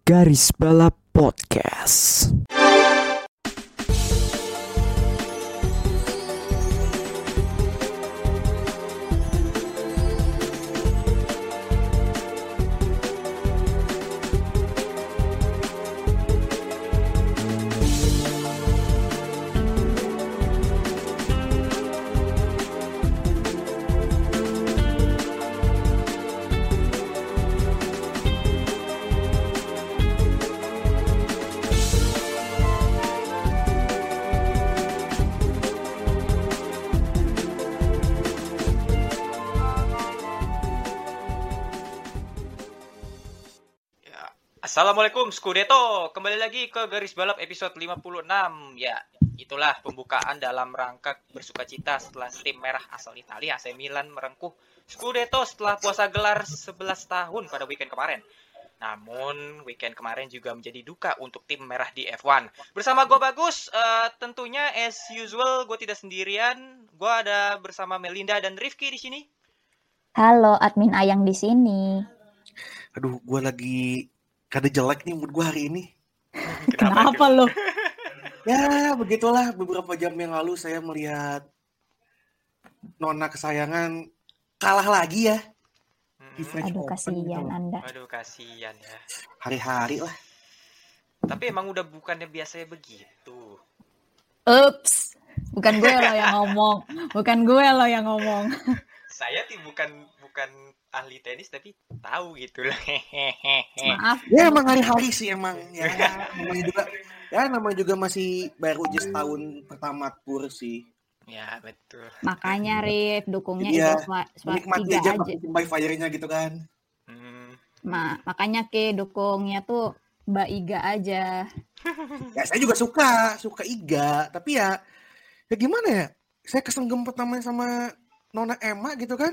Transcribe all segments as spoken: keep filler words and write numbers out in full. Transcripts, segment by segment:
Garis Balap Podcast. Assalamualaikum Scudetto, kembali lagi ke Garis Balap episode lima puluh enam. Ya, itulah pembukaan dalam rangka bersukacita setelah tim merah asal Italia A C Milan merengkuh Scudetto setelah puasa gelar sebelas tahun pada weekend kemarin. Namun, weekend kemarin juga menjadi duka untuk tim merah di F satu. Bersama gue Bagus, uh, tentunya as usual gue tidak sendirian. Gue ada bersama Melinda dan Rifki di sini. Halo, admin Ayang di sini. Aduh, gue lagi kada jelek nih mood gue hari ini. Kenapa, Kenapa lo? Ya, begitulah beberapa jam yang lalu saya melihat nona kesayangan kalah lagi ya. Hmm. Aduh, kasihan gitu. Anda. Aduh, kasihan ya. Hari-hari lah. Tapi emang udah bukannya biasanya begitu. Ups, bukan gue lo yang ngomong. Bukan gue lo yang ngomong. Saya sih bukan bukan ahli tenis tapi tahu gitu lah. Maaf. Ya emang hari-hari sih emang ya. namanya juga ya namanya juga masih baru just tahun pertama tour sih. Ya betul. Makanya Rif dukungnya ya, itu menikmati aja by fire-nya gitu kan. Hmm. Ma, makanya ke dukungnya tuh Mbak Iga aja. Ya saya juga suka, suka Iga, tapi ya ya gimana ya? Saya kesenggem pertama sama Nona Emma gitu kan.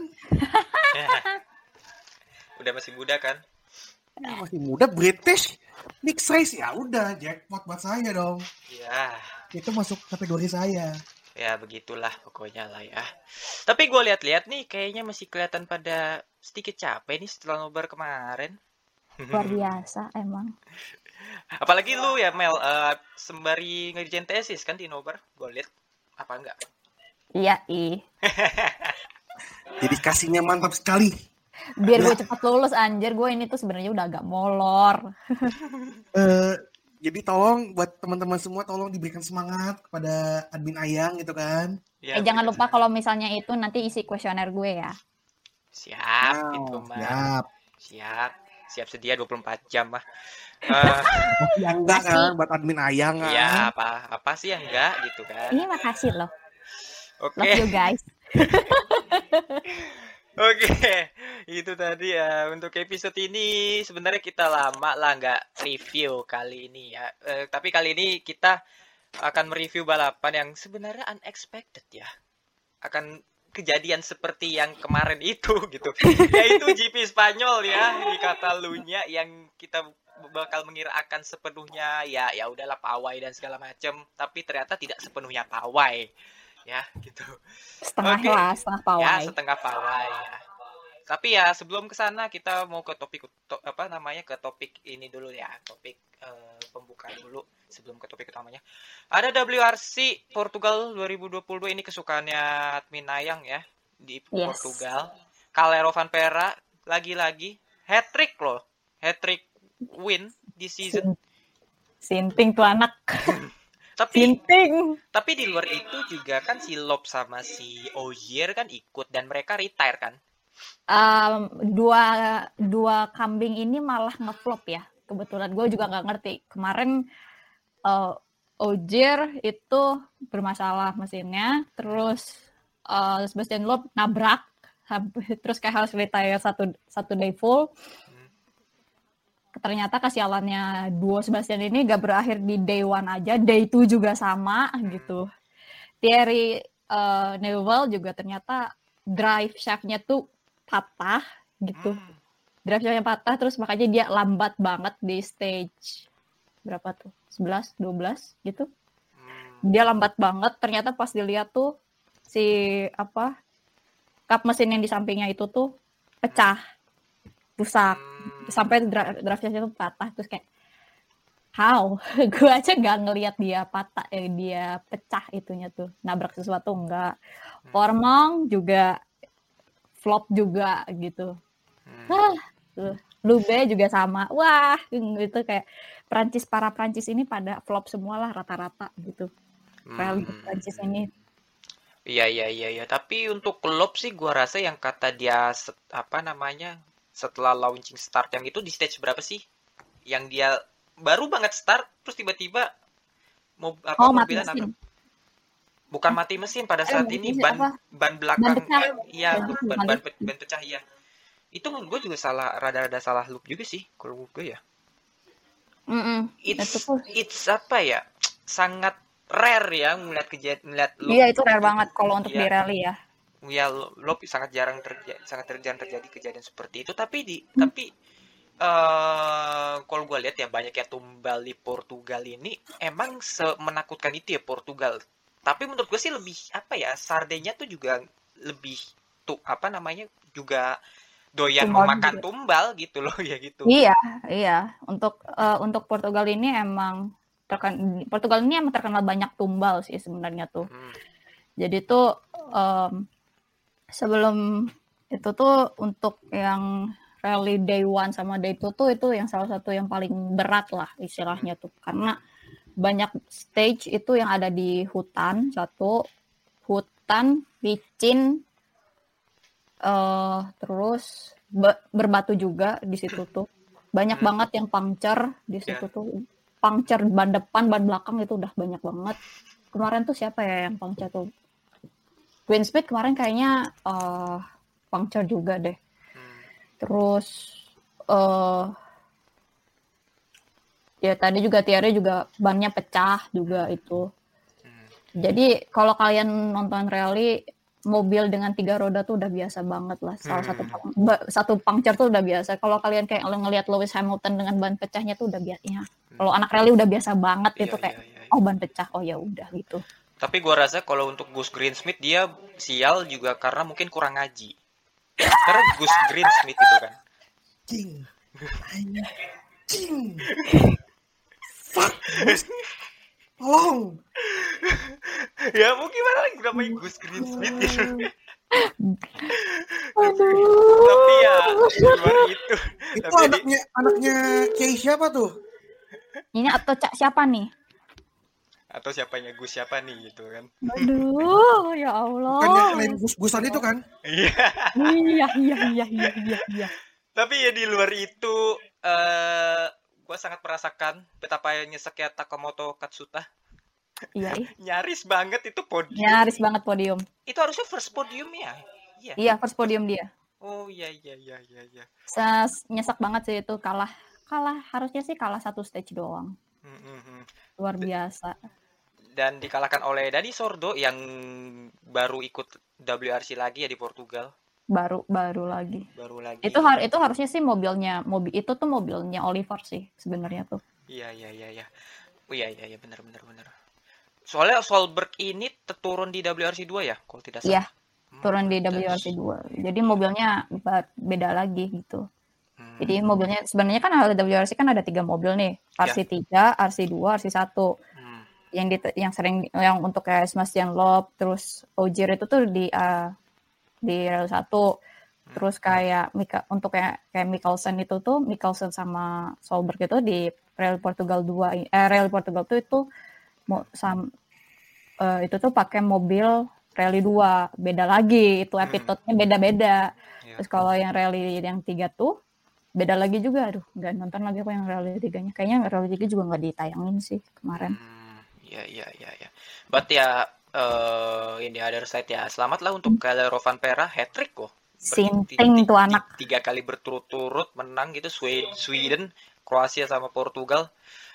Udah masih muda kan? Ya, masih muda, British, mix size, ya udah jackpot buat saya dong. Iya. Itu masuk kategori saya. Ya begitulah pokoknya lah ya. Tapi gue lihat-lihat nih kayaknya masih kelihatan pada sedikit capek nih setelah nobar kemarin. Luar biasa emang. Apalagi lu ya Mel, uh, sembari ngerjain tesis kan di nobar, gue lihat apa enggak? Iya, ih. Jadi kasihnya mantap sekali. Biar gue cepat lulus anjir, gue ini tuh sebenarnya udah agak molor. uh, jadi tolong buat teman-teman semua tolong diberikan semangat kepada admin Ayang gitu kan. Ya, eh jangan lupa kalau misalnya itu nanti isi kuesioner gue ya. Siap, wow, itu mah. Siap. Siap. Siap sedia dua puluh empat jam mah. Uh, yang enggak kan buat admin Ayang kan. Iya, apa apa sih yang enggak gitu kan. Ini makasih loh. Oke. Okay. Love you guys. Oke, okay. Itu tadi ya untuk episode ini sebenarnya kita lama lah nggak review kali ini ya. Uh, tapi kali ini kita akan mereview balapan yang sebenarnya unexpected ya. Akan kejadian seperti yang kemarin itu gitu. Yaitu G P Spanyol ya di Catalunya yang kita bakal mengira akan sepenuhnya ya ya udahlah pawai dan segala macam, tapi ternyata tidak sepenuhnya pawai. Ya gitu. Setengah okay. lah, setengah pawai. Ya, setengah pawai ya. Tapi ya sebelum ke sana kita mau ke topik to, apa namanya ke topik ini dulu ya, topik uh, pembukaan dulu sebelum ke topik utamanya. Ada W R C Portugal dua ribu dua puluh dua ini kesukaannya admin Ayang ya di yes. Portugal. Calero Vanpera lagi-lagi hat-trick loh. Hat-trick win di season. Sinting tuh anak. Tapi Sinting. Tapi di luar itu juga kan si Loeb sama si Ogier kan ikut dan mereka retire kan. Um, dua dua kambing ini malah ngeflop ya. Kebetulan gue juga nggak ngerti. Kemarin uh, Ogier itu bermasalah mesinnya, terus uh, Sebastian Loeb nabrak, terus kayak harus retire satu satu day full. Ternyata kesialannya duo Sebastian ini gak berakhir di day one aja, day two juga sama gitu. Thierry uh, Neuville juga ternyata drive shaft-nya tuh patah gitu. Drive shaft-nya patah terus makanya dia lambat banget di stage berapa tuh? sebelas, dua belas gitu. Dia lambat banget, ternyata pas dilihat tuh si apa kap mesin yang di sampingnya itu tuh pecah. Rusak. Sampai drive shaft-nya tuh patah terus kayak how? Gue aja nggak ngelihat dia patah, eh, dia pecah itunya tuh, nabrak sesuatu enggak. Formong juga flop juga gitu. Hmm. Wah, tuh. Lube juga sama. Wah, itu kayak Prancis, para Prancis ini pada flop semua lah rata-rata gitu. Rally Hmm. Prancis ini. Iya iya iya iya. Tapi untuk klub sih gua rasa yang kata dia set- apa namanya setelah launching start yang itu di stage berapa sih? Yang dia baru banget start terus tiba-tiba mau apa Oh, mati mobilnya mesin. nabrak. Bukan mati mesin pada Eh, saat mati ini mesin ban apa? ban Ban belakang pecah. eh, iya Ban ban ban ban, pecah. ban pecah iya. Itu menurut gue juga salah rada-rada salah loop juga sih kalau menurut gue ya. Mm-mm. Itu It's tuh. it's apa ya? Sangat rare ya melihat kejadian melihat loop Iya, itu rare itu. banget kalau untuk di Iya. rally ya. Ya lo, lo sangat jarang terjadi sangat jarang terjadi kejadian seperti itu tapi di tapi eh kalau gue lihat ya banyak yang tumbal di Portugal ini emang semenakutkan itu ya Portugal tapi menurut gue sih lebih apa ya Sardenya tuh juga lebih tuh apa namanya juga doyan Tumbal memakan juga. tumbal gitu loh ya gitu. Iya, iya. Untuk eh, untuk Portugal ini emang terken Portugal ini emang terkenal banyak tumbal sih sebenarnya tuh. Hmm. Jadi tuh em, sebelum itu tuh untuk yang rally day one sama day two tuh itu yang salah satu yang paling berat lah istilahnya tuh karena banyak stage itu yang ada di hutan satu hutan licin eh terus be- berbatu juga di situ tuh banyak Hmm. banget yang puncture di Ya. situ tuh puncture ban depan ban belakang itu udah banyak banget kemarin tuh siapa ya yang puncture tuh Greensmith kemarin kayaknya eh puncture juga deh. Hmm. Terus eh ya tadi juga Thierry juga bannya pecah juga itu. Hmm. Jadi kalau kalian nonton rally mobil dengan tiga roda tuh udah biasa banget lah. Salah satu Hmm. ba- satu puncture tuh udah biasa. Kalau kalian kayak ngelihat Lewis Hamilton dengan ban pecahnya tuh udah biasa. Ya. Kalau anak rally udah biasa banget Iya, itu kayak iya, iya, iya. oh ban pecah oh ya udah gitu. Tapi gua rasa kalau untuk Gus Greensmith dia sial juga karena mungkin kurang ngaji. Karena Gus Greensmith itu kan. Cing. Cing. Fuck. Gus. Tolong. Ya mau gimana lagi namanya Gus Greensmith gitu. Aduh. Tapi ya di luar itu. Itu Tapi di, anaknya anaknya Kiai siapa tuh? Ini atau Cak siapa nih? atau siapanya Gus siapa nih gitu kan. Aduh, ya Bukannya Allah. lain Gus-Gusan itu kan? Iya. Iya, iya, iya, iya, iya, iya. Tapi ya di luar itu eh gua sangat merasakan betapa nyeseknya Takamoto Katsuta. Iya, iya. Nyaris banget itu podium. Nyaris banget podium. Itu harusnya first podium ya. Iya. Iya, first podium dia. Oh iya iya iya iya iya. Ses- Nyesek banget sih itu kalah. Kalah harusnya sih kalah satu stage doang. Hmm, hmm, hmm. Luar biasa. Dan dikalahkan oleh Dani Sordo yang baru ikut W R C lagi ya di Portugal. Baru baru lagi. Baru lagi. Itu har itu harusnya sih mobilnya mobil itu tuh mobilnya Oliver sih sebenarnya tuh. Iya iya iya iya. Oh iya iya iya benar benar benar. Soalnya Solberg ini turun di W R C dua ya, kalau tidak salah. Iya, turun di W R C dua. Jadi mobilnya ba- beda lagi gitu. Hmm. Jadi mobilnya sebenarnya kan ada W R C kan ada tiga mobil nih, R C tiga, R C dua, R C satu. Hmm. Yang di, yang sering yang untuk kayak Sebastian Loeb, terus Ogier itu tuh di uh, di rel satu. Terus kayak Mika, untuk kayak kayak Mikkelsen itu tuh Mikkelsen sama Solberg itu di rel Portugal dua eh rel Portugal tuh itu mau sam uh, itu tuh pakai mobil rally dua, beda lagi itu epitotnya beda-beda. Iya. Terus kalau yang rally yang tiga tuh beda lagi juga. Aduh, nggak nonton lagi aku yang rally tiganya. Kayaknya rally tiga juga nggak ditayangin sih kemarin. Hmm, iya iya iya iya. But ya uh, in the other side ya selamatlah untuk Kalle Rovanpera hat-trick kok. Sinting tuh anak. Tiga kali berturut-turut menang gitu Sweden, Kroasia sama Portugal.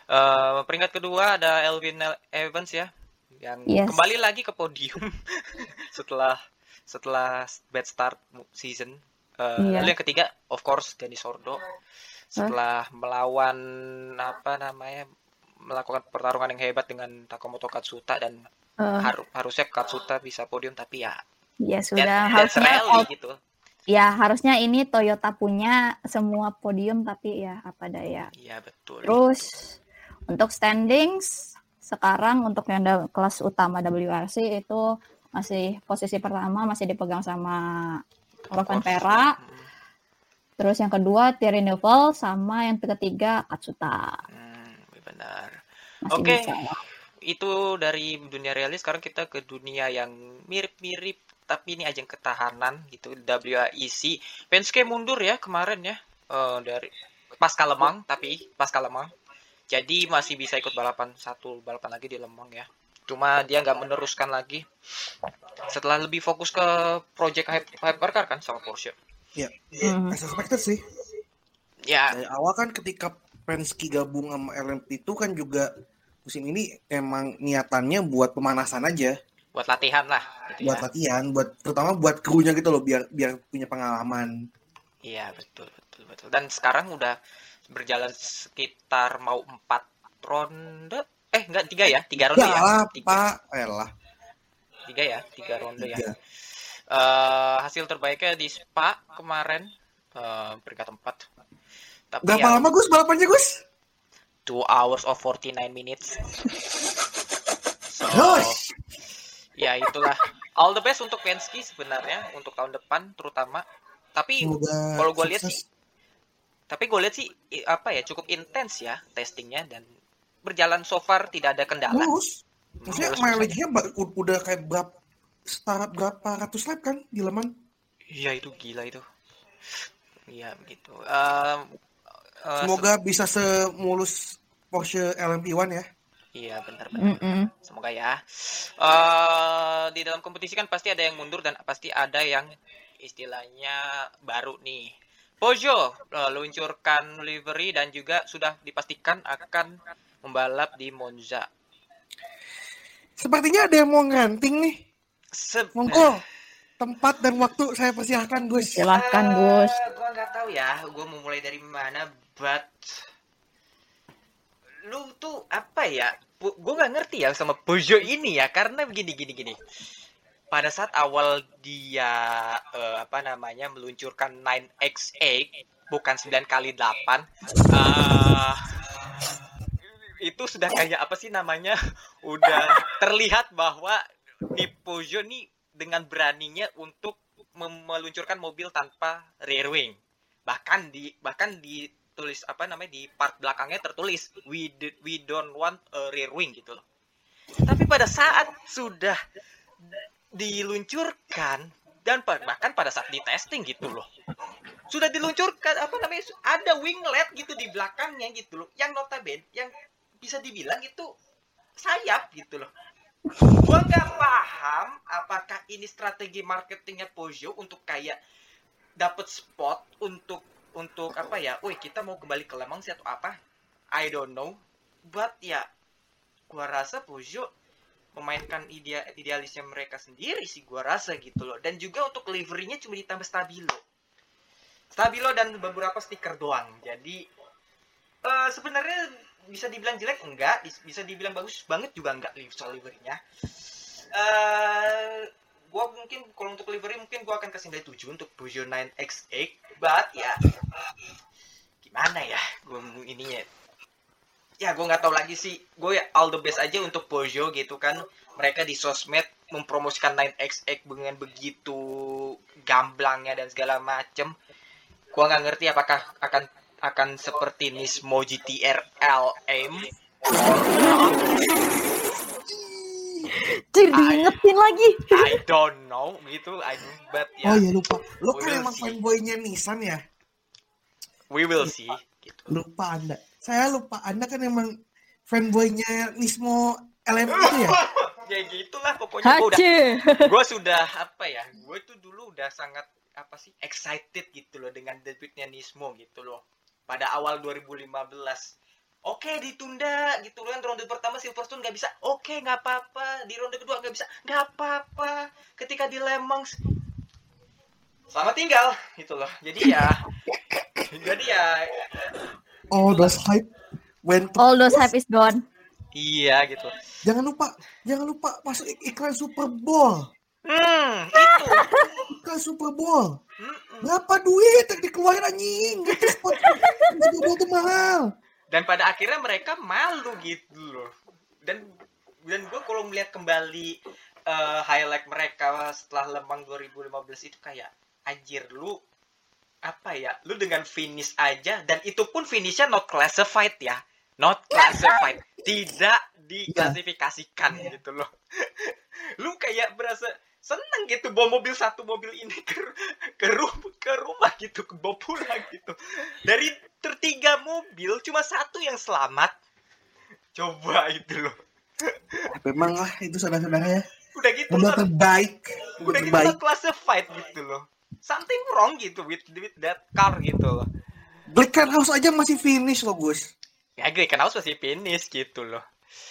Uh, peringkat kedua ada Elfyn Evans ya yang Yes. kembali lagi ke podium setelah setelah bad start season. Uh, Iya. Lalu yang ketiga of course Dani Sordo setelah melawan apa namanya melakukan pertarungan yang hebat dengan Takamoto Katsuta dan Uh, haru- harusnya Katsuta bisa podium tapi ya ya that- sudah that's harusnya rally gitu. ya harusnya ini Toyota punya semua podium tapi ya apa daya. Iya betul. Terus Untuk standings sekarang untuk yang da- kelas utama W R C itu masih posisi pertama masih dipegang sama Rovan Pera. Hmm. Terus yang kedua Thierry Neuville sama yang ketiga Katsuta. Hmm, benar. Masih Oke. bisa lah. Itu dari dunia realis, sekarang kita ke dunia yang mirip-mirip tapi ini ajang ketahanan gitu, W R C. Penske mundur ya kemarin ya, eh, dari pasca Lemang, tapi pasca Lemang. Jadi masih bisa ikut balapan, satu balapan lagi di Lemang ya. Cuma dia nggak meneruskan lagi. Setelah lebih fokus ke project Hy- Hypercar kan sama Porsche. Ya, Mhm. as expected sih. Ya, Dari awal kan ketika Penske gabung sama L M P itu kan juga musim ini emang niatannya buat pemanasan aja, buat latihan lah gitu buat ya. latihan, buat terutama buat krunya gitu loh, biar biar punya pengalaman. Iya, betul, betul, betul. Dan sekarang udah berjalan sekitar mau empat ronde. Eh, enggak, tiga ya? Tiga ronde Ya ya? lah, Tiga, Pak, elah, tiga ya? Tiga ronde ya? tiga. Eh, hasil terbaiknya di Spa kemarin, eh, peringkat empat. Tapi Berapa ya, lama Gus balapannya Gus? two hours of forty-nine minutes. So, Gosh. ya itulah. All the best untuk Penske sebenarnya, untuk tahun depan terutama. Tapi Semoga kalau gue lihat sih, sukses. tapi gue lihat sih i- apa ya, cukup intens ya testingnya dan berjalan so far tidak ada kendala. Mulus. Maksudnya Mulus-mulus aja. mileage-nya ba- u- udah kayak berapa setara berapa ratus lap kan di Leman? Iya itu gila itu. Iya begitu. Em, eh, Semoga bisa semulus Porsche L M P satu ya. Iya benar-benar. Mm-mm. Semoga ya. Eh di dalam kompetisi kan pasti ada yang mundur dan pasti ada yang istilahnya baru nih. Peugeot eh, luncurkan livery dan juga sudah dipastikan akan membalap di Monza. Sepertinya ada yang mau nganting nih. Se- Monggo, tempat dan waktu saya persilahkan Gus. Silahkan Gus. Eh, gua nggak tahu ya, gua mau mulai dari mana, but lu tuh apa ya? Pu- Gua nggak ngerti ya sama Peugeot ini ya, karena begini gini gini. Pada saat awal dia eh, apa namanya meluncurkan nine X eight bukan sembilan kali delapan, eh itu sudah kayak apa sih namanya? Udah terlihat bahwa nih Peugeot nih dengan beraninya untuk mem- meluncurkan mobil tanpa rear wing. Bahkan di bahkan ditulis apa namanya di part belakangnya tertulis we did, we don't want a rear wing gitu loh. Tapi pada saat sudah diluncurkan dan pa- bahkan pada saat di testing gitu loh. Sudah diluncurkan apa namanya ada winglet gitu di belakangnya gitu loh. Yang notabene yang bisa dibilang itu sayap gitu loh. Gua nggak paham apakah ini strategi marketingnya Peugeot untuk kayak dapat spot untuk untuk apa ya? Woi kita mau kembali ke Le Mans atau apa? I don't know. But ya, gua rasa Peugeot memainkan idea idealisnya mereka sendiri sih gua rasa gitu loh. Dan juga untuk liverynya cuma ditambah stabilo, stabilo dan beberapa stiker doang. Jadi eh, sebenarnya bisa dibilang jelek enggak, bisa dibilang bagus banget juga enggak soal liverynya. Eh, gua mungkin kalau untuk livery mungkin gua akan kasih nilai tujuh untuk Peugeot nine X eight, but ya gimana ya, gua ininya. Ya gua nggak tahu lagi sih. Gue ya all the best aja untuk Peugeot gitu kan. Mereka di sosmed mempromosikan nine X eight dengan begitu gamblangnya dan segala macem. Gua nggak ngerti apakah akan akan seperti Nismo G T R L M. Cir, diingetin lagi. I don't know gitu. I but ya Oh iya lupa. Lu We kan will emang see. fanboy-nya Nissan ya? we will see gitu. Lupa Anda. Saya lupa Anda kan emang fanboy-nya Nismo L M itu ya? Ya gitulah pokoknya gua udah Hace. gue sudah apa ya, gue tuh dulu udah sangat apa sih excited gitu loh dengan debutnya Nismo gitu loh pada awal dua ribu lima belas. Oke ditunda gitu loh, kan ronde pertama Silverstone nggak bisa, oke nggak apa-apa, di ronde kedua nggak bisa, nggak apa-apa, ketika di Le Mans selamat tinggal gitu loh. Jadi ya jadi ya Oh, those hype went to... All those hype is gone. iya gitu. Jangan lupa, jangan lupa masuk ik- iklan Super Bowl. Hmm itu Iklan Super Bowl. Mm-mm. Berapa duit yang dikeluarin anjing? Gitu spot Super Bowl tuh mahal. Dan pada akhirnya mereka malu gitu loh. Dan dan gue kalau melihat kembali uh, highlight mereka setelah Lemang dua ribu lima belas itu kayak anjir lu apa ya? Lu dengan finish aja dan itu pun finishnya not classified ya. Not classified. Tidak diklasifikasikan gitu loh. Lu kayak berasa seneng gitu bawa mobil satu mobil ini ke ke, rum, ke rumah gitu, ke bawa pulang gitu. Dari tertiga mobil cuma satu yang selamat. Coba itu loh. Memang lah itu saudara-saudara ya. Udah gitu Mobil not, terbaik. udah gitu not classified gitu loh. Something wrong gitu with, with that car gitu loh. Glickenhaus aja masih finish loh Gus. Ya Glickenhaus masih finish gitu loh.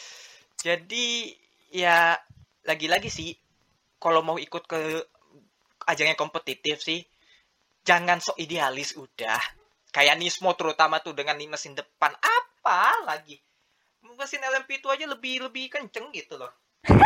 Jadi ya lagi-lagi sih kalau mau ikut ke ajang yang kompetitif sih, jangan sok idealis udah. Kayak Nismo terutama tuh dengan mesin depan apa lagi? Mesin L M P itu aja lebih lebih kenceng gitu loh.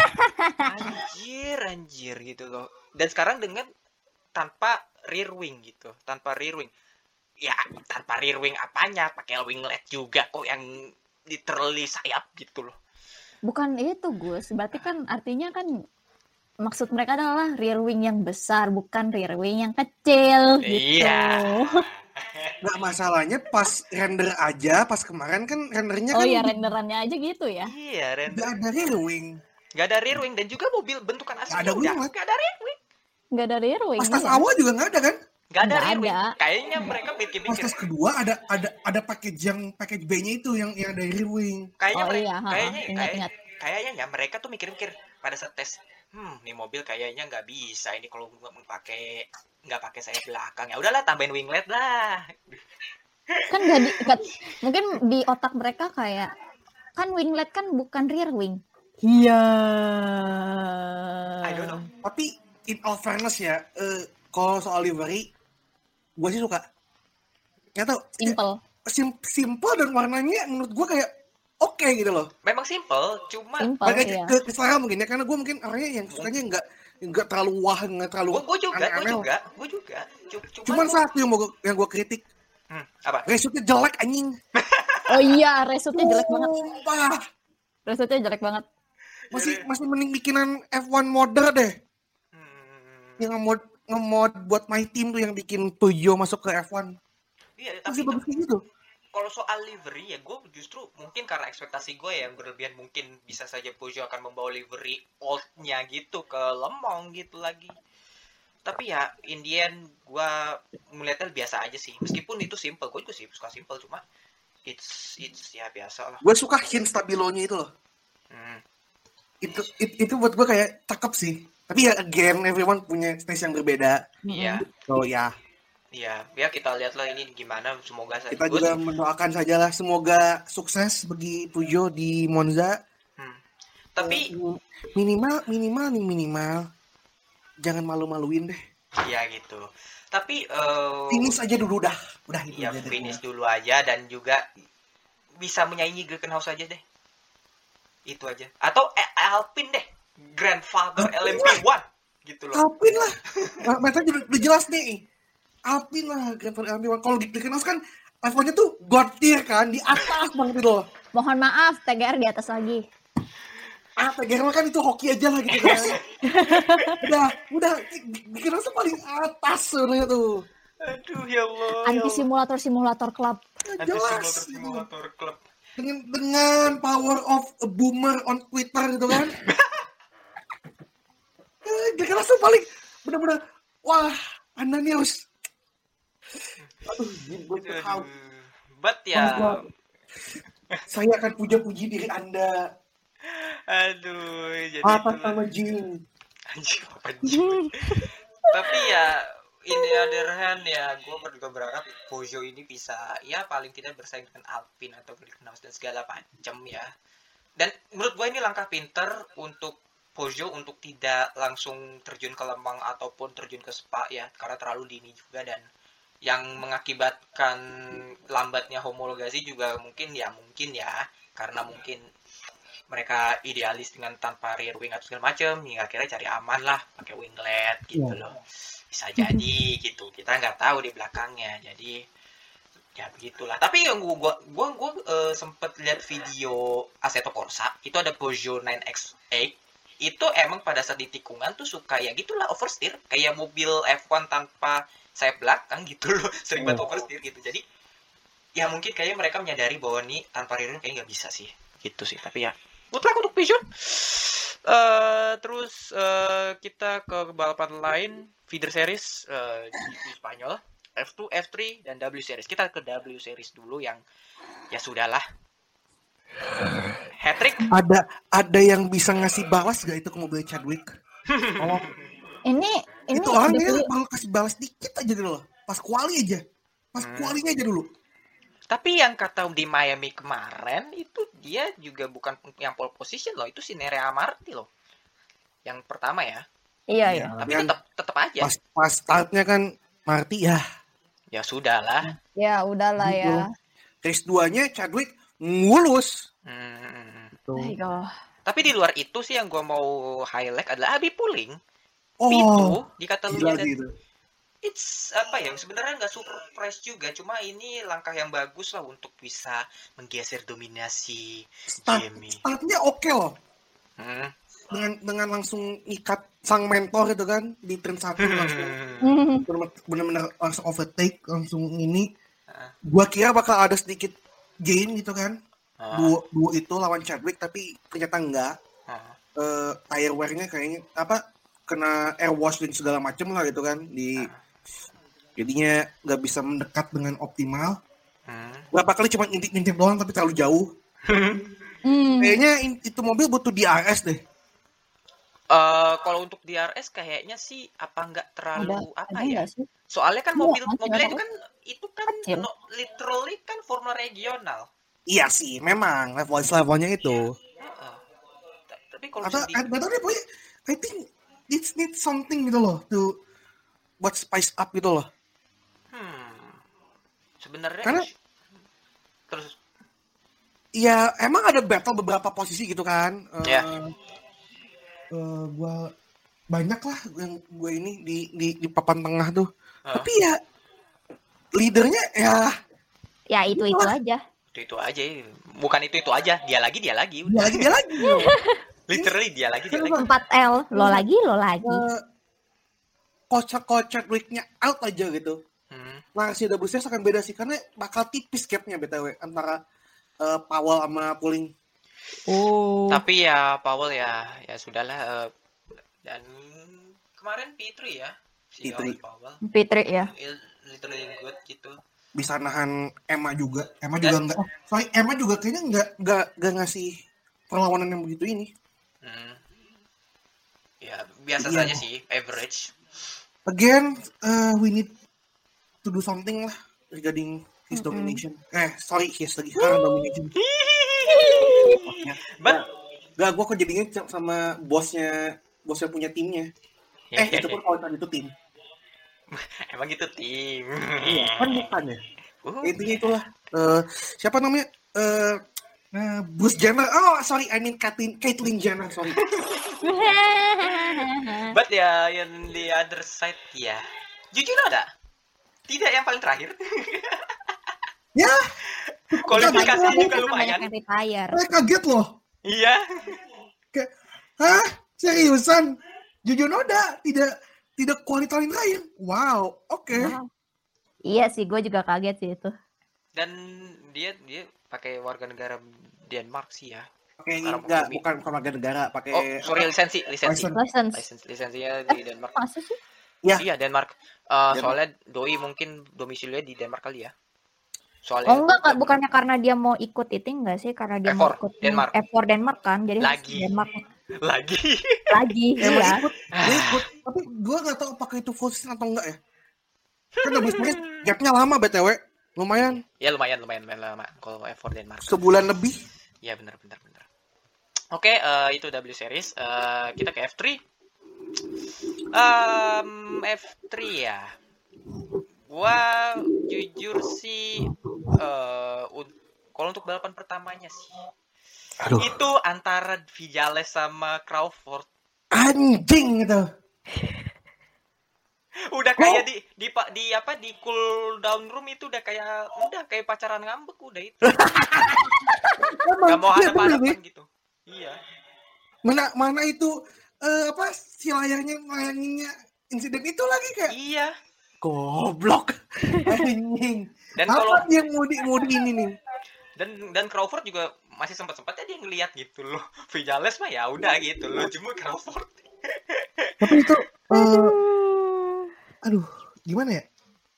Anjir, anjir gitu loh. Dan sekarang dengan tanpa rear wing gitu, tanpa rear wing. Ya, tanpa rear wing apanya? Pakai winglet juga kok yang literally sayap gitu loh. Bukan itu, Gus. Berarti kan artinya kan maksud mereka adalah rear wing yang besar, bukan rear wing yang kecil gitu. Iya. Nah masalahnya pas render aja, pas kemarin kan rendernya Oh kan iya, renderannya aja gitu ya. Iya, render. Gak ada rear wing. Gak ada rear wing dan juga mobil bentukan aslinya Gak ada udah winglet. gak ada rear wing. Nggak ada rear wing. Pas tas iya. awal juga gak ada kan? Gak ada Nggak rear wing. ada. Kayaknya mereka Pas pikir-pikir. tas kedua ada ada ada package yang package B-nya itu yang yang ada rear wing. Kayaknya Oh mereka, iya, ha, kayaknya, ingat, kayak- ingat. kayaknya ya mereka tuh mikir-mikir pada saat tes. Hmm, nih mobil kayaknya nggak bisa ini kalau nggak pakai nggak pakai sayap belakang. Ya udahlah tambahin winglet lah. Kan nggak di, nggak- mungkin di otak mereka kayak kan winglet kan bukan rear wing. Iya. I don't know. Tapi in all fairness ya, eh, kalau soal livery, gue sih suka. Nggak tau, Simple. sim simple dan warnanya menurut gue kayak oke gitu loh. Memang simple, cuma Simple Balik iya. ke, ke selera mungkin ya, karena gue mungkin orangnya yang sukanya nggak nggak terlalu wah, nggak terlalu gue gue juga, gue aneh-aneh. juga, gue juga. Cu- Cuma Cuman gua- satu yang mau gua- yang gue kritik, hmm, apa? reshootnya jelek anjing. Oh iya, reshootnya jelek banget. Sumpah. Reshootnya jelek banget. Masih Jadi- masih mending bikinan F satu modder deh. Hmm, Yang nge-mod nge-mod buat my team tuh yang bikin Peugeot masuk ke F satu. iya, Masih tapi bagus kayak gitu. kalau soal livery ya gue justru mungkin karena ekspektasi gue yang berlebihan mungkin bisa saja Peugeot akan membawa livery oldnya gitu ke Lemong gitu lagi. Tapi ya in the end gue melihatnya biasa aja sih. Meskipun itu simple, gue juga sih suka simple cuma it's it's ya biasa lah. Gue suka hint stabilonya itu loh. Hmm. Itu it- itu buat gue kayak cakep sih. Tapi ya again everyone punya taste yang berbeda. Iya, So ya, iya, ya kita lihat lah ini gimana. Semoga saja. kita Gua juga sih- mendoakan sajalah semoga sukses bagi Peugeot di Monza. Hmm. Tapi Eh, minimal minimal nih minimal jangan malu-maluin deh. ya gitu. Tapi eh, Finish aja dulu dah. Udah itu ya aja deh. finish dulu aja dan juga bisa menyaingi Glickenhaus aja deh. Itu aja. Atau eh, Alpine deh. Grandfather L M P satu gitu loh. Alpine lah. Nah, mereka udah, udah jelas nih. Alpine lah Grand Prix Alpine. Kalau di Glickenhaus kan levelnya tuh god tier kan di atas banget gitu loh. Mohon maaf, T G R di atas lagi. Ah, T G R kan itu hoki aja lah gitu kan. udah, udah Glickenhaus tuh paling atas sebenarnya tuh. Aduh ya Allah. Anti simulator simulator club. Anti Jelas. simulator simulator club. Dengan dengan power of a boomer on Twitter gitu kan. Eh, Glickenhaus tuh paling bener-bener wah, Anda nih harus aduh, gue Aduh. But ya. Oh, saya akan puja-puji diri Anda. Aduh, jadi Apa itulah. sama Jing? Anjing, apa anjing. Tapi ya ini other hand ya gue juga berharap Peugeot ini bisa ya paling tidak bersaing dengan Alpine atau Glickenhaus dan segala macam ya. Dan menurut gue ini langkah pinter untuk Peugeot untuk tidak langsung terjun ke Lemang ataupun terjun ke Spa ya karena terlalu dini juga dan yang mengakibatkan lambatnya homologasi juga mungkin ya mungkin ya karena mungkin mereka idealis dengan tanpa rear wing atau segala macam hingga akhirnya cari aman lah pakai winglet gitu loh bisa jadi gitu kita nggak tahu di belakangnya jadi Ya begitulah. Tapi yang gua gua gua, gua uh, sempet lihat video Assetto Corsa, itu ada Peugeot nine X eight. Itu emang pada saat di tikungan tuh suka ya gitulah oversteer, kayak mobil F one tanpa sayap belakang gitu loh, sering banget oversteer gitu. Jadi ya mungkin kayaknya mereka menyadari bahwa nih tanpa rear wheel kayaknya nggak bisa sih, gitu sih. Tapi ya good luck untuk Peugeot. Uh, terus uh, kita ke balapan lain, feeder series uh, di Spanyol. F two, F three, dan W Series. Kita ke W Series dulu yang ya sudahlah. Hat-trick. Ada ada yang bisa ngasih balas gak itu ke mobil Chadwick? Oh, Ini ini itu orang ada dia tuh- bakal kasih balas dikit aja gitu loh. Pas kuali aja. Pas Hmm. kualinya aja dulu. Tapi yang kata di Miami kemarin itu dia juga bukan yang pole position loh, itu si Nerea Marti loh. Yang pertama ya. Iya Iya. ya. Tapi Yang tetap tetap aja. Pas pas startnya kan Marty ya. Ya sudahlah. Ya udahlah ya. Gitu. Race duanya Chadwick mulus. Hmm. Gitu. Ayo. Tapi di luar itu sih yang gue mau highlight adalah Abi Puling. Oh, Itu di gila Catalunya dan gitu. it's apa ya, sebenarnya nggak surprise juga, cuma ini langkah yang bagus lah untuk bisa menggeser dominasi Start, Jamie. startnya oke loh. Hmm. Dengan dengan langsung ikat sang mentor itu kan di turn satu langsung Hmm. benar-benar langsung overtake langsung ini. Ah. Gua kira bakal ada sedikit gain gitu kan. Ah. Duo, duo itu lawan Chadwick tapi ternyata enggak. Ah. Eh, tire wear-nya kayaknya apa kena air wash dan segala macem lah gitu kan di jadinya nggak bisa mendekat dengan optimal. Hmm. Berapa kali cuma ngintip-ngintip doang tapi terlalu jauh. Hmm. Kayaknya in- itu mobil butuh D R S deh. Eh, kalau untuk D R S kayaknya sih apa nggak Ada terlalu apa ada ya? nggak sih? Soalnya kan Iya, mobil masih mobilnya ada. itu kan itu kan Kecil. no, literally kan formula regional. Iya sih, memang level levelnya itu. Heeh. Ta- Tapi kalau Atau misalnya di- nggak tahu deh, pokoknya I think it needs something gitu loh to buat spice up gitu loh. hmm, sebenarnya Karena- terus Ya emang ada battle beberapa posisi gitu kan. Eh, Ya. eh, gua banyak lah yang gue ini di di di papan tengah tuh. eh, Tapi ya leadernya ya Ya itu itu aja. itu itu aja, bukan itu itu aja, dia lagi dia lagi, dia udah. lagi dia lagi. Literally dia lagi dia lagi. empat L lo lagi lo lagi. Eh, Kocak-kocak weeknya out aja gitu. Hmm. Nah si W C S akan beda sih karena bakal tipis gapnya B T W antara eh, Powell sama Puling. Oh. Tapi ya Powell ya ya sudahlah, eh, dan kemarin P tiga ya si P tiga. Powell Fitri ya. Il- literally good gitu. Bisa nahan Emma juga. Emma juga Dan- enggak. Soalnya Emma juga kayaknya enggak enggak enggak ngasih perlawanan yang begitu ini. Hmm. Ya biasa Iya. saja sih, average. Again, uh, we need to do something lah regarding his Mm-mm. domination. Eh, sorry, his lagi sekarang domination. Ya. But Gak, gue kok jadinya sama bosnya, bosnya punya timnya. Eh, itu pun kalau tadi itu tim. emang gitu tim. Iya, kan bukan ya. Uh, Intinya itulah. Eh, siapa namanya? Eh, uh, Bruce Jenner. Oh, sorry, I mean Caitlyn, Caitlyn Jenner, sorry. But ya yang di other side ya, jujur ada. Tidak yang paling terakhir. Ya, Kualifikasinya juga Banyak lumayan. yang retire. saya kaget loh. Iya. Kayak, hah? Seriusan? Jojo Noda tidak tidak kualitas terakhir. Wow, oke. Wow. Iya sih, gue juga kaget sih itu. Dan dia dia pakai warga negara Denmark sih ya. Pakai ini Arab enggak, Bumi. bukan bukan warga negara, pakai Oh, sorry lisensi, lisensi. License. License. Lisensi lisensinya di Denmark. Masa sih? Ya. Iya, Denmark. Eh, Denmark. soalnya doi mungkin domisilinya di Denmark kali ya. Oh Soalnya enggak, Kak. Bukannya karena dia mau ikut itu enggak sih? Karena dia mau F four, ikut Denmark. F four Denmark kan. Jadi harus Lagi. Denmark lagi. lagi. Emang Iya. ikut, dia ikut. Tapi gue nggak tahu apakah itu full season atau enggak ya. Kan W series gapnya lama B T W, lumayan Ya lumayan lumayan lumayan lama kalau F four Denmark. sebulan lebih. Ya benar benar benar. Oke, eh, itu W series. Eh, kita ke F three. Um, F three ya. Gua jujur sih eh un- kalau untuk balapan pertamanya sih Aduh, itu antara Viñales sama Crawford. anjing gitu. Udah kayak di di pak di apa di cool down room itu udah kayak udah kayak pacaran ngambek udah itu. Gak mau iya, bener hadap-hadapan nih. gitu. Iya. Mana mana itu eh, apa si layarnya mayanginnya insiden itu lagi kayak Iya. goblok. Anjing. Dan Apa kalau dia mudi mudi ini nih? dan dan Crawford juga masih sempat-sempatnya dia ngelihat gitu loh. Vinales mah ya udah gitu loh, cuma Crawford. Tapi itu eh, aduh, gimana ya?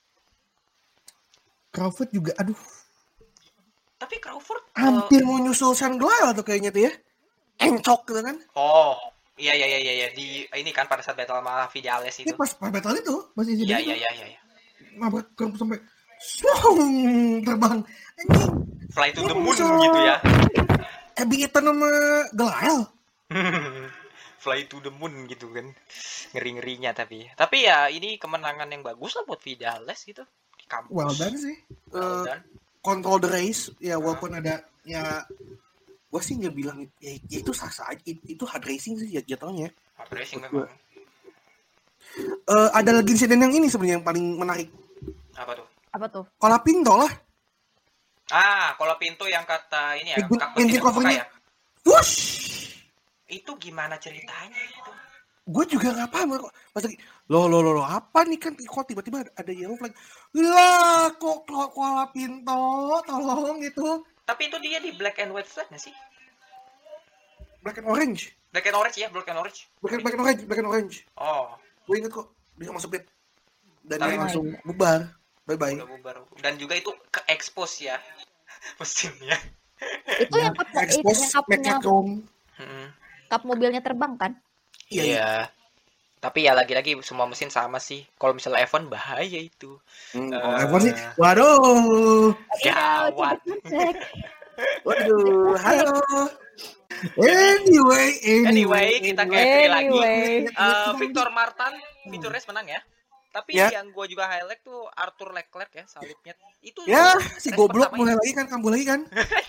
Crawford juga aduh Tapi Crawford hampir mau nyusul Sean Gleil tuh kayaknya tuh ya. Encok gitu kan. Oh, iya iya iya iya di ini kan pada saat battle sama Vinales Ini itu. pas pas battle itu masih Iya insiden iya itu. iya iya. Nabrak Crawford sampai swung terbang. Anjing. Fly to the moon Bisa. gitu ya. Abby Eaton sama Gleil. Fly to the moon gitu kan. Ngeri-ngerinya tapi. Tapi ya ini kemenangan yang bagus lah buat Vinales gitu di kampus. Well done sih. Well Eh, done. control the race ya walaupun ada ya gue sih nggak bilang ya, ya itu sah-sah aja itu, itu hard racing sih jatuhnya. Hard racing memang. Eh, ada lagi insiden yang ini sebenarnya yang paling menarik. Apa tuh? Apa tuh? Kalau Pinto lah, Ah, kalau pintu yang kata ini ya, Engine- kak mesin engine terbuka covernya. ya. wush, Itu gimana ceritanya itu? gue juga nggak paham kok. Pas lagi, lo lo lo lo apa nih kan kok tiba-tiba ada, ada yellow flag. Lah kok kok Kuala Pinto, tolong gitu. Tapi itu dia di black and white flag nggak sih? Black and orange, Black and orange ya, black and orange. black and, black and orange, black and orange. Oh, Gue inget kok dia masuk pit dan Tapi- dia langsung bubar. Bye bye. udah bubar. Dan juga itu ke expose ya mesinnya. Itu yang cup, itu yang Expose cupnya, Mechatron. Hmm. cup mobilnya terbang kan? Iya, iya. Iya. Tapi ya lagi-lagi semua mesin sama sih. Kalau misalnya F satu bahaya itu. Hmm, Eh, kalau Evan sih, waduh, Gawat. Cek. waduh, halo. Anyway, anyway, Anyway, kita ke F tiga lagi. Anyway. Eh, Victor Martin Victor Race menang ya. Tapi Ya. yang gue juga highlight tuh Arthur Leclerc ya, salibnya. Itu Ya, race si goblok pertama mulai lagi kan, kambuh lagi kan.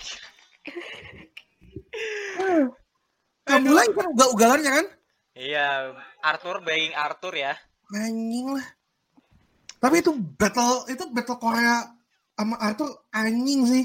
Kambuh lagi kan, ugal-ugalannya kan. Iya, Arthur being Arthur ya. Anjing lah. Tapi itu battle, itu battle Korea sama Arthur anjing sih.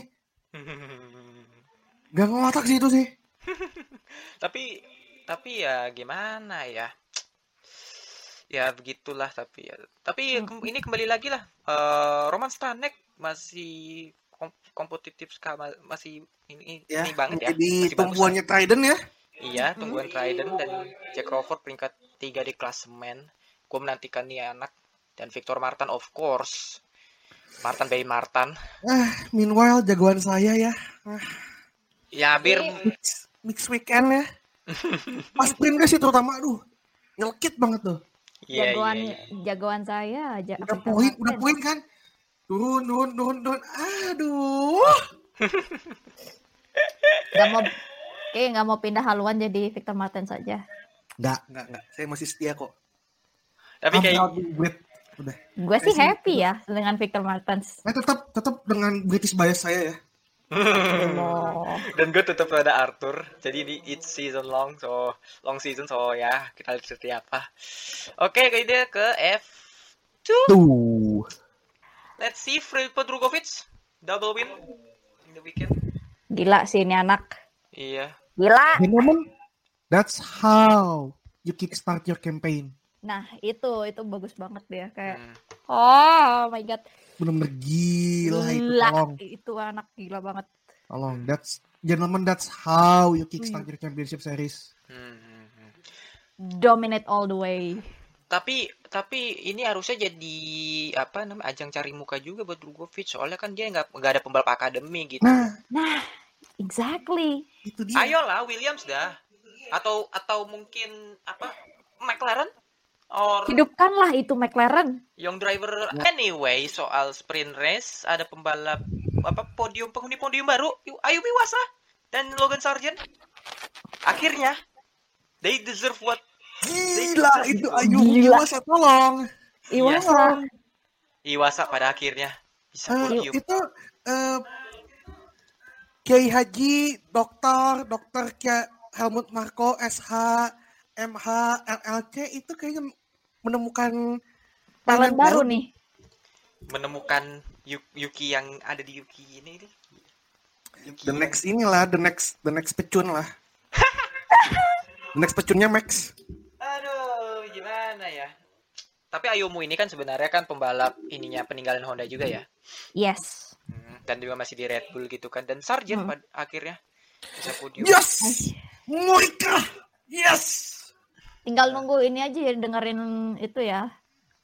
Gak ngotak sih itu sih. tapi tapi ya gimana ya? Ya begitulah tapi ya. Tapi ke- ini kembali lagi lah. Eh, Roman Stanek masih kom- kompetitif sekali, masih ini Ya, ini banget ya. jadi Masih bagus lah. tumbuhannya Trident ya. Iya, tungguan Trident dan Jack Crawford peringkat tiga di klasemen. Gue menantikan nih anak dan Victor Martin of course. Martin by Martin. Ah, meanwhile jagoan saya ya. Ah, Ya bir mix, mix weekend ya. Pas sprint race itu terutama, aduh, nyelkit banget tuh. Iya, jagoan iya, iya. jagoan saya aja. Udah poin, udah poin kan. Turun, turun, turun, turun. Aduh. Gak mau, kayak nggak mau pindah haluan jadi Victor Martin saja. Enggak, enggak, enggak. Saya masih setia kok. Tapi I'm kayak proud of Brit. Udah. Gue sih Saya sih- happy ya dengan Victor Martin. Saya tetap tetap dengan British bias saya ya. Oh. dan gue tetap ada Arthur. Jadi di each season long, so long season, so ya kita lihat seperti apa. Oke, okay, ide ke F two. Tuh. Let's see, Filip Drugovic double win in the weekend. Gila sih ini anak. Iya. Gila. Gentlemen, that's how you kickstart your campaign. Nah itu itu bagus banget dia kayak. Hmm. Oh my god. Bener-bener gila itu, Gila. tolong. Itu anak gila banget. Tolong, that's, gentlemen, that's how you kickstart your championship series. Hmm, hmm, hmm. Dominate all the way. Tapi tapi ini harusnya jadi apa namanya ajang cari muka juga buat Drugovic. Soalnya kan dia nggak nggak ada pembalap akademi gitu. Nah, Nah, exactly. itu dia. Ayolah Williams dah. Atau atau mungkin apa McLaren or Hidupkanlah itu McLaren. young driver. Anyway, soal sprint race ada pembalap apa podium penghuni podium baru Ayubi Wasa dan Logan Sargent. Akhirnya they deserve what Gila, itu Ayu Gila. Iwasa, tolong. Iwasa. Iwasa pada akhirnya bisa Eh, podium. itu eh, Kiai Haji, dokter, dokter Kiai Helmut Marko, S H, M H, L L C itu kayaknya menemukan Talent baru nih. Menemukan Yu- Yuki yang ada di Yuki ini. nih. Yuki The yang- next inilah, the next the next pecun lah. The next pecunnya Max. Aduh, gimana ya? Tapi Ayumu ini kan sebenarnya kan pembalap ininya peninggalan Honda juga ya. Yes. Hmm, dan juga masih di Red Bull gitu kan. Dan Sargent Hmm. pada akhirnya bisa podium. Yes! Moika! Yes! Tinggal nunggu ini aja ya, dengerin itu ya.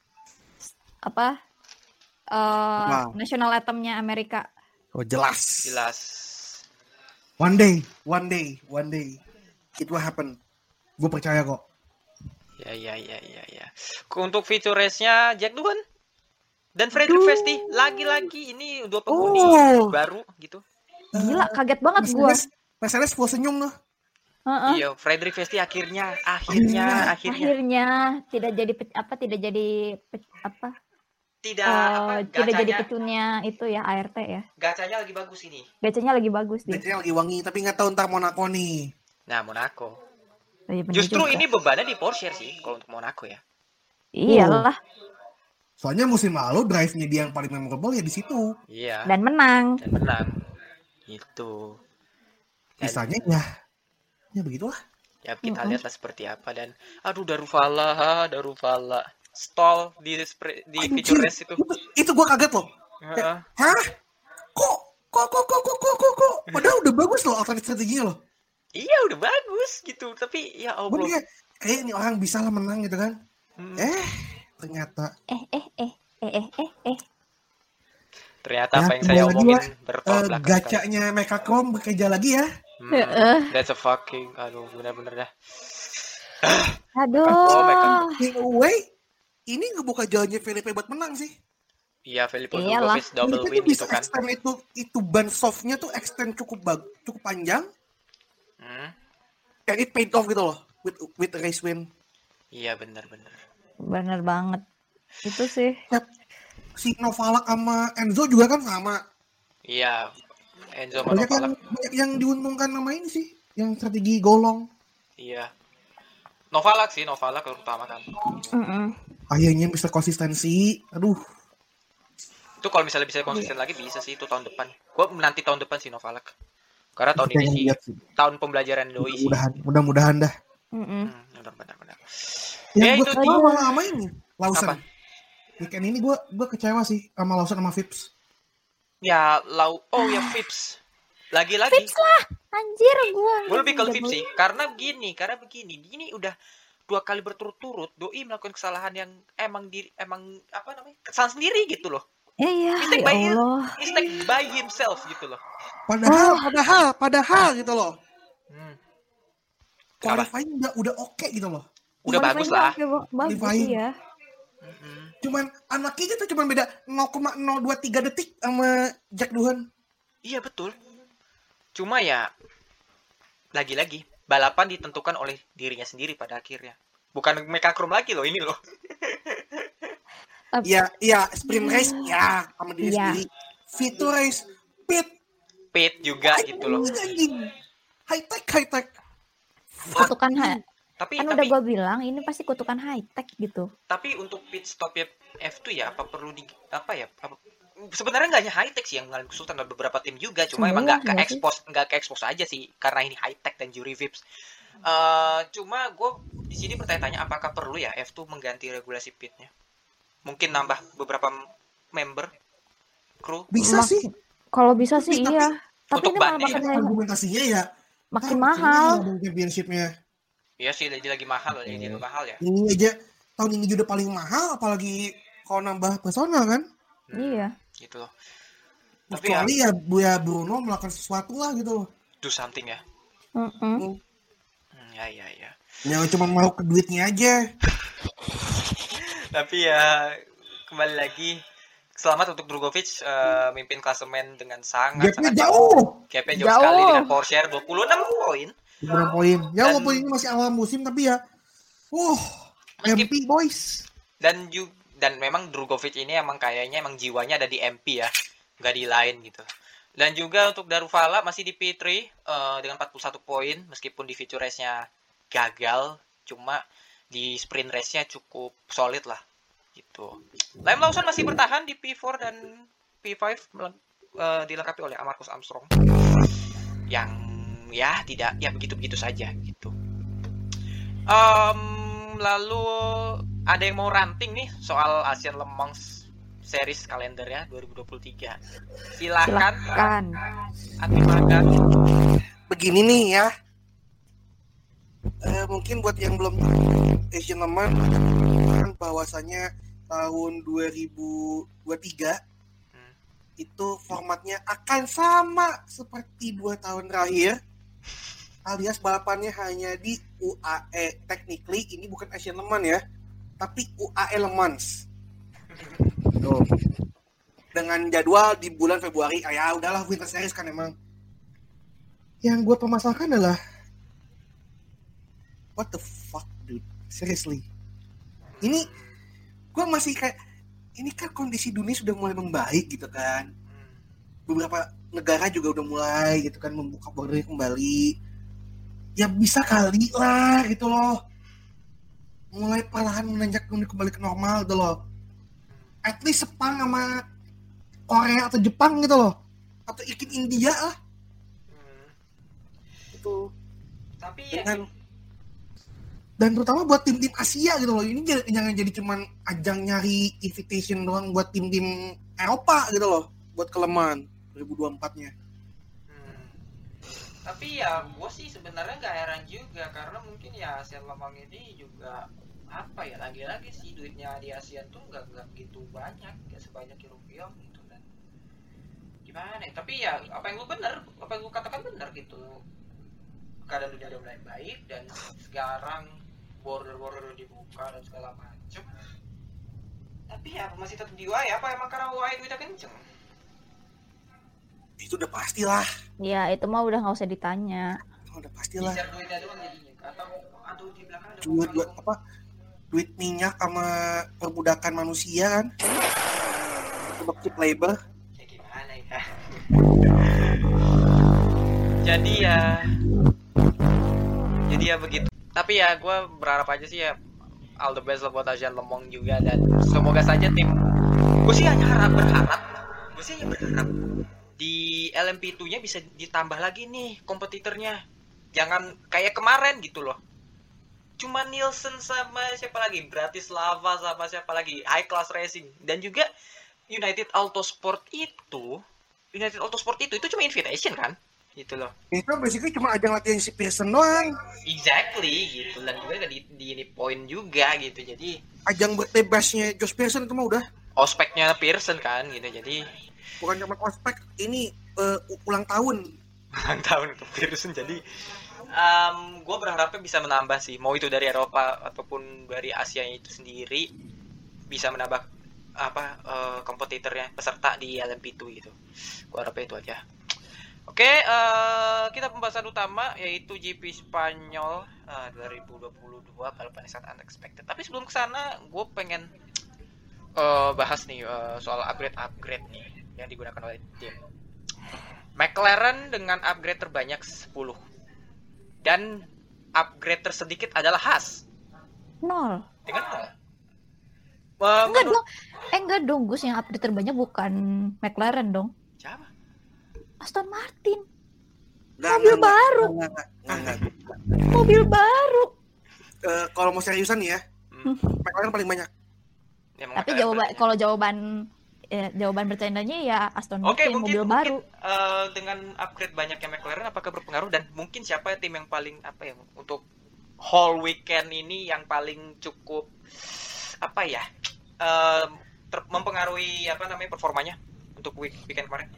Apa? Eh Wow. national anthem-nya Amerika. Oh jelas. Jelas. One day, one day, one day it will happen. Gue percaya kok. Ya ya ya ya ya. Untuk feature race-nya Jack Doohan dan Frederick Vesti lagi-lagi ini dua penghuni Oh. baru gitu. Gila, kaget banget gua. Mercedes, Mercedes full senyum loh. Heeh. Iya, Frederick Vesti akhirnya akhirnya akhirnya Akhirnya tidak jadi pe- apa tidak jadi pe- apa tidak eh, apa tidak jadi gacanya pecunnya itu ya A R T ya. gacanya lagi bagus ini. Gacanya lagi bagus dia. Biasanya lagi wangi, tapi nggak tahu ntar Monaco nih. Nah, Monaco. Oh, iya, bener Justru juga. ini bebannya di Porsche sih kalau untuk Monaco ya. Iyalah Soalnya musim lalu drive-nya dia yang paling memorable ya di situ. Iya. dan menang. Dan menang. Itu. Dan Sisanya ya, ya begitulah. ya kita Mm-mm. lihatlah seperti apa dan aduh Daruvala, ha, Daruvala. Stall di spre- di feature race itu. Itu, itu gue kaget loh. Heeh. Hah? Kok? Kok? Kok? Kok? Kok? Kok? Kok? Kok? Padahal udah bagus loh alternate strateginya loh. Iya udah bagus gitu, tapi ya Gue Allah. kayak, kayak ini orang bisa lah menang gitu kan. Hmm. Eh, ternyata. Eh eh eh eh eh eh eh. Ternyata Ya, apa yang saya kembali lagi, omongin Wak. bertolak Eh, belakang sekali. gacanya Mecha Chrome bekerja lagi ya. Hmm, Heeh. That's a fucking aduh bener-bener dah. Aduh. Oh my God. In a way, ini ngebuka jalannya Felipe buat menang sih. Iya Felipe Iyalah. Drugovich double Felipe win tuh bisa gitu kan. extend itu itu ban softnya tuh extend cukup bag, cukup panjang. Hmm. And it paid off gitu loh with with a race win. Iya bener-bener. Bener banget. Itu sih. Yap. Si Novalak sama Enzo juga kan sama. Iya. Enzo sama Banyak yang, Novalak. banyak yang diuntungkan sama ini sih, yang strategi golong. Iya. Novalak sih, Novalak terutama kan. Mm-mm. Akhirnya bisa konsistensi. Aduh, Itu kalau misalnya bisa konsisten lagi bisa sih itu tahun depan. Gua menanti tahun depan sih Novalak. Karena tahun ini pengen sih lihat sih. tahun pembelajaran doi sih. Mudah-mudahan, mudah-mudahan dah. Mm-mm. Hmm, benar benar benar. Yang Ya, gue itu kecewa dia. malah sama ini, Lawson. Apa? Weekend ini gue gue kecewa sih sama Lawson sama Vips. Ya, lau oh ya Vips. Lagi-lagi. Fix lah. Anjir gua. Gue lebih ke Udah Vips boleh. sih, karena begini, karena begini, ini udah dua kali berturut-turut doi melakukan kesalahan yang emang diri emang apa namanya kesalahan sendiri gitu loh, Eh, iya, Mistake ya by him. Allah. mistake by himself gitu loh. Padahal, Oh. padahal, padahal gitu loh. Hmm. Kenapa? Qualifying udah udah oke gitu loh. Udah bagus lah. Oke, ba- bagus Qualifying. ya. Mm-mm. Cuman anaknya tuh cuman beda nol koma nol dua tiga detik sama Jack Doohan. Iya betul. Cuma ya lagi-lagi balapan ditentukan oleh dirinya sendiri pada akhirnya. Bukan Mekakrum lagi loh ini loh. Tapi- Iya, iya, sprint race ya sama diri Iya. sendiri. Feature race, pit, Pit juga gitu loh. anjing. High tech, high tech. kutukan ha- Tapi kan udah tapi gue bilang ini pasti kutukan high tech gitu. tapi untuk pit stop ya F dua ya apa perlu di apa ya apa, sebenarnya nggak hanya high tech sih yang mengalami kesulitan, ada beberapa tim juga, cuma Semua emang nggak ke nggak sih? expose nggak ke expose aja sih karena ini high tech dan jury Vips. Eh cuma gue di sini bertanya-tanya apakah perlu ya F dua mengganti regulasi pitnya, mungkin nambah beberapa member kru. Bisa Mak- sih. Kalau bisa sih Tapi- iya. Tapi Untuk ini malah banding, makin, Argumentasinya ya makin ah, mahal. ini ngomong championshipnya. Iya sih lagi lagi mahal lagi lagi mahal ya. Ini aja tahun ini udah paling mahal, apalagi kalau nambah personal kan. Hmm, Iya. gitu loh. Tapi ya Kecuali ya, ya Bruno melakukan sesuatu lah gitu loh. do something ya. Mm-mm. Hmm, ya ya ya. Jangan cuma mau ke duitnya aja. Tapi ya kembali lagi selamat untuk Drugovich eh, mimpin klasemen dengan sangat Gapnya sangat jauh. Gapnya jauh Jauh. sekali dengan Porsche dua puluh enam poin. Berapa poin? Ya Dan- walaupun ini masih awal musim tapi ya, uh, M P boys. Dan ju- dan memang Drugovich ini emang kayaknya emang jiwanya ada di M P ya, nggak di lain gitu. Dan juga untuk Daruvala masih di P tiga eh, dengan empat puluh satu poin meskipun di feature race-nya gagal, cuma di sprint race-nya cukup solid lah. gitu. Liam Lawson masih bertahan di P four dan P five uh, dilengkapi oleh Marcus Armstrong yang ya tidak ya begitu-begitu saja gitu. Um, lalu ada yang mau ranting nih soal Asian Le Mans series kalender ya dua ribu dua puluh tiga. Silakan. Silakan. Ati Magang. Begini nih ya. Uh, mungkin buat yang belum Asian Le Mans kan bahwasanya tahun dua ribu dua puluh tiga hmm. itu formatnya akan sama seperti dua tahun terakhir, alias balapannya hanya di U A E. Technically ini bukan Asian Le Mans ya, tapi U A E Le Mans. Tuh. Dengan jadwal di bulan Februari. Ah, ya udahlah, Winter Series kan emang. Yang gue permasalahkan adalah what the fuck dude, seriously. Ini gue masih kayak, ini kan kondisi dunia sudah mulai membaik gitu kan. Beberapa negara juga udah mulai gitu kan membuka border kembali. Ya bisa kali lah gitu loh. Mulai perlahan menanjak kembali ke normal gitu loh. At least Jepang sama Korea atau Jepang gitu loh. Atau ikut India lah. Hmm. Itu. Tapi dengan, dan terutama buat tim-tim Asia gitu loh. Ini jangan jadi cuman ajang nyari invitation doang buat tim-tim Eropa gitu loh. Buat ke Le Mans dua ribu dua puluh empat-nya. Hmm. Tapi ya gue sih sebenarnya gak heran juga. Karena mungkin ya Asian Le Mans ini juga apa ya, lagi-lagi sih duitnya di ASEAN tuh gak, gak gitu banyak. Gak sebanyak European gitu. Dan gimana ya. Tapi ya apa yang lu bener, apa yang lu katakan bener gitu. Keadaan dunia udah mulai baik. Dan sekarang border-border dibuka dan segala macem. Tapi ya masih tetap di U A E. Apa emang karena U A E duitnya kenceng? Itu udah pastilah. Ya itu mah udah nggak usah ditanya. Itu udah pastilah. Bisa duitnya doang jadinya. Atau atau di belakang ada duit duit apa? Duit minyak sama perbudakan manusia kan? Untuk cheap labor. Ya gimana ya? Jadi ya, jadi ya begitu. Tapi ya gue berharap aja sih ya all the best lah buat Asian Le Mans juga, dan semoga saja tim, gue sih hanya harap berharap, gue sih hanya berharap di L M P two-nya bisa ditambah lagi nih kompetitornya, jangan kayak kemarin gitu loh. Cuma Nielsen sama siapa lagi, Bratislava sama siapa lagi, High Class Racing, dan juga United Autosport itu, United Autosport itu itu cuma invitation kan? Gitu loh. Itu basically cuma ajang latihan si Pearson doang. Exactly gitu, dan juga di, di ini poin juga gitu. Jadi ajang birthday bash-nya Josh Pearson itu mah udah ospeknya Pearson kan gitu. Jadi bukan cuma ospek, ini uh, ulang tahun. Ulang tahun ke Pearson. Jadi um, gue berharapnya bisa menambah sih, mau itu dari Eropa ataupun dari Asia itu sendiri, bisa menambah apa uh, kompetitornya, peserta di L M P two gitu. Gue harapnya itu aja. Oke, uh, kita pembahasan utama yaitu G P Spanyol uh, dua ribu dua puluh dua, balapan yang sangat unexpected. Tapi sebelum kesana, gue pengen uh, bahas nih uh, soal upgrade-upgrade nih yang digunakan oleh tim. McLaren dengan upgrade terbanyak sepuluh. Dan upgrade tersedikit adalah Haas. Nol. Dengan nol. Uh, enggak dong. Eh enggak dong, Gus, yang upgrade terbanyak bukan McLaren dong. Siapa? Aston Martin. Nggak, mobil nggak, baru. Nggak, nggak, nggak, nggak. Mobil baru. Uh, kalau mau seriusan ya, hmm. McLaren paling banyak. Ya, tapi jawaban kalau jawaban ya, jawaban bercandanya ya Aston Martin, okay, mungkin, mobil mungkin, baru. Uh, dengan upgrade banyaknya McLaren apakah berpengaruh, dan mungkin siapa ya tim yang paling apa ya untuk whole weekend ini yang paling cukup apa ya uh, ter- mempengaruhi apa namanya performanya untuk week- weekend kemarin?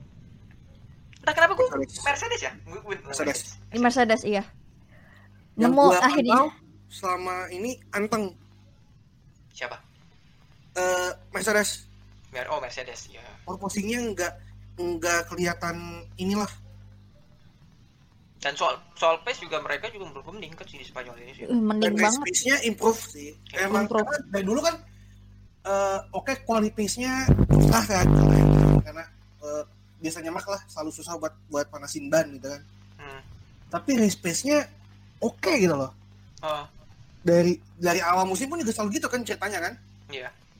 Entah kenapa gue Mercedes ya? Mercedes. Di Mercedes iya. Yang Nemu gua akhirnya. Selama ini anteng. Siapa? Uh, Mercedes. Oh Mercedes ya. Porposinya nggak nggak kelihatan inilah. Dan soal soal pace juga mereka juga belum mending kan sih di Spanyol ini sih. Mending Dan banget. pace-nya improve sih. Ya, Emang improve. karena dari dulu kan uh, oke okay, quality pace-nya susah kan karena uh, biasanya mak lah selalu susah buat buat panasin ban gitu kan. Hmm. Tapi race pace-nya oke okay gitu loh. Oh. Dari dari awal musim pun juga selalu gitu kan ceritanya kan. Iya.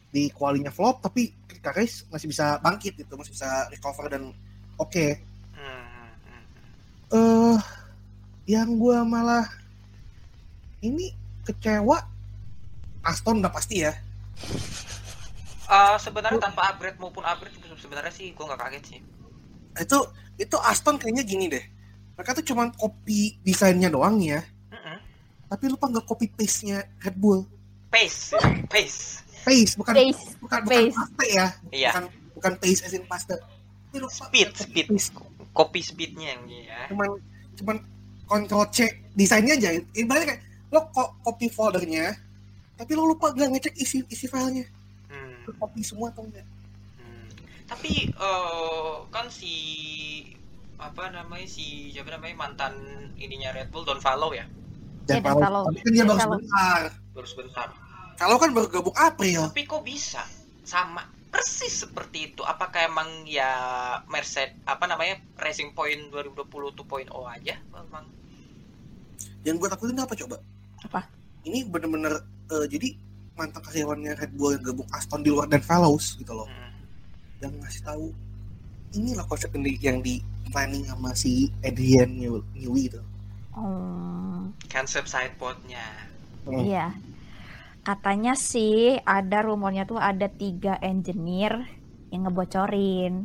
di qualinya flop, tapi ketika race masih bisa bangkit gitu, masih bisa recover dan oke. Okay. Hmm, hmm. Uh, yang gue malah ini kecewa Aston udah pasti ya. Uh, sebenarnya tanpa upgrade maupun upgrade sebenarnya sih gue nggak kaget sih. Itu itu Aston kayaknya gini deh. Mereka tuh cuma copy desainnya doang ya. Mm-mm. Tapi lupa nggak copy paste-nya Red Bull. Pace, pace. Pace bukan Pace. bukan Pace. bukan paste ya. Iya. Bukan bukan pace as in paste. Tapi lupa Speed, copy speed. paste. Copy speednya yang ya. Cuman cuman control C desainnya aja. Ibaratnya kayak lo ko- copy foldernya, tapi lo lupa nggak ngecek isi isi filenya. Hmm. Lo copy semua atau enggak? Hmm. Tapi uh, kan si apa namanya si siapa namanya mantan ininya Red Bull Don Follow ya. Ya, Dan Dan kalau Follow. tapi kan dia Dan baru Follow. sebentar. Baru sebentar. Kalau kan baru gabung April. Tapi kok bisa sama persis seperti itu? Apakah emang ya Mercedes apa namanya Racing Point dua ribu dua puluh dua titik nol aja memang? Yang gue takutin apa coba? Apa? Ini bener-bener uh, jadi mantan karyawannya Red Bull yang gabung Aston di luar dan Fellows gitu loh. Hmm. Yang ngasih tahu inilah konsep yang di, yang di planning sama si Adrian Newey itu. Oh, Konsep sidepodnya. Hmm. iya. Katanya sih ada rumornya tuh ada tiga engineer yang ngebocorin.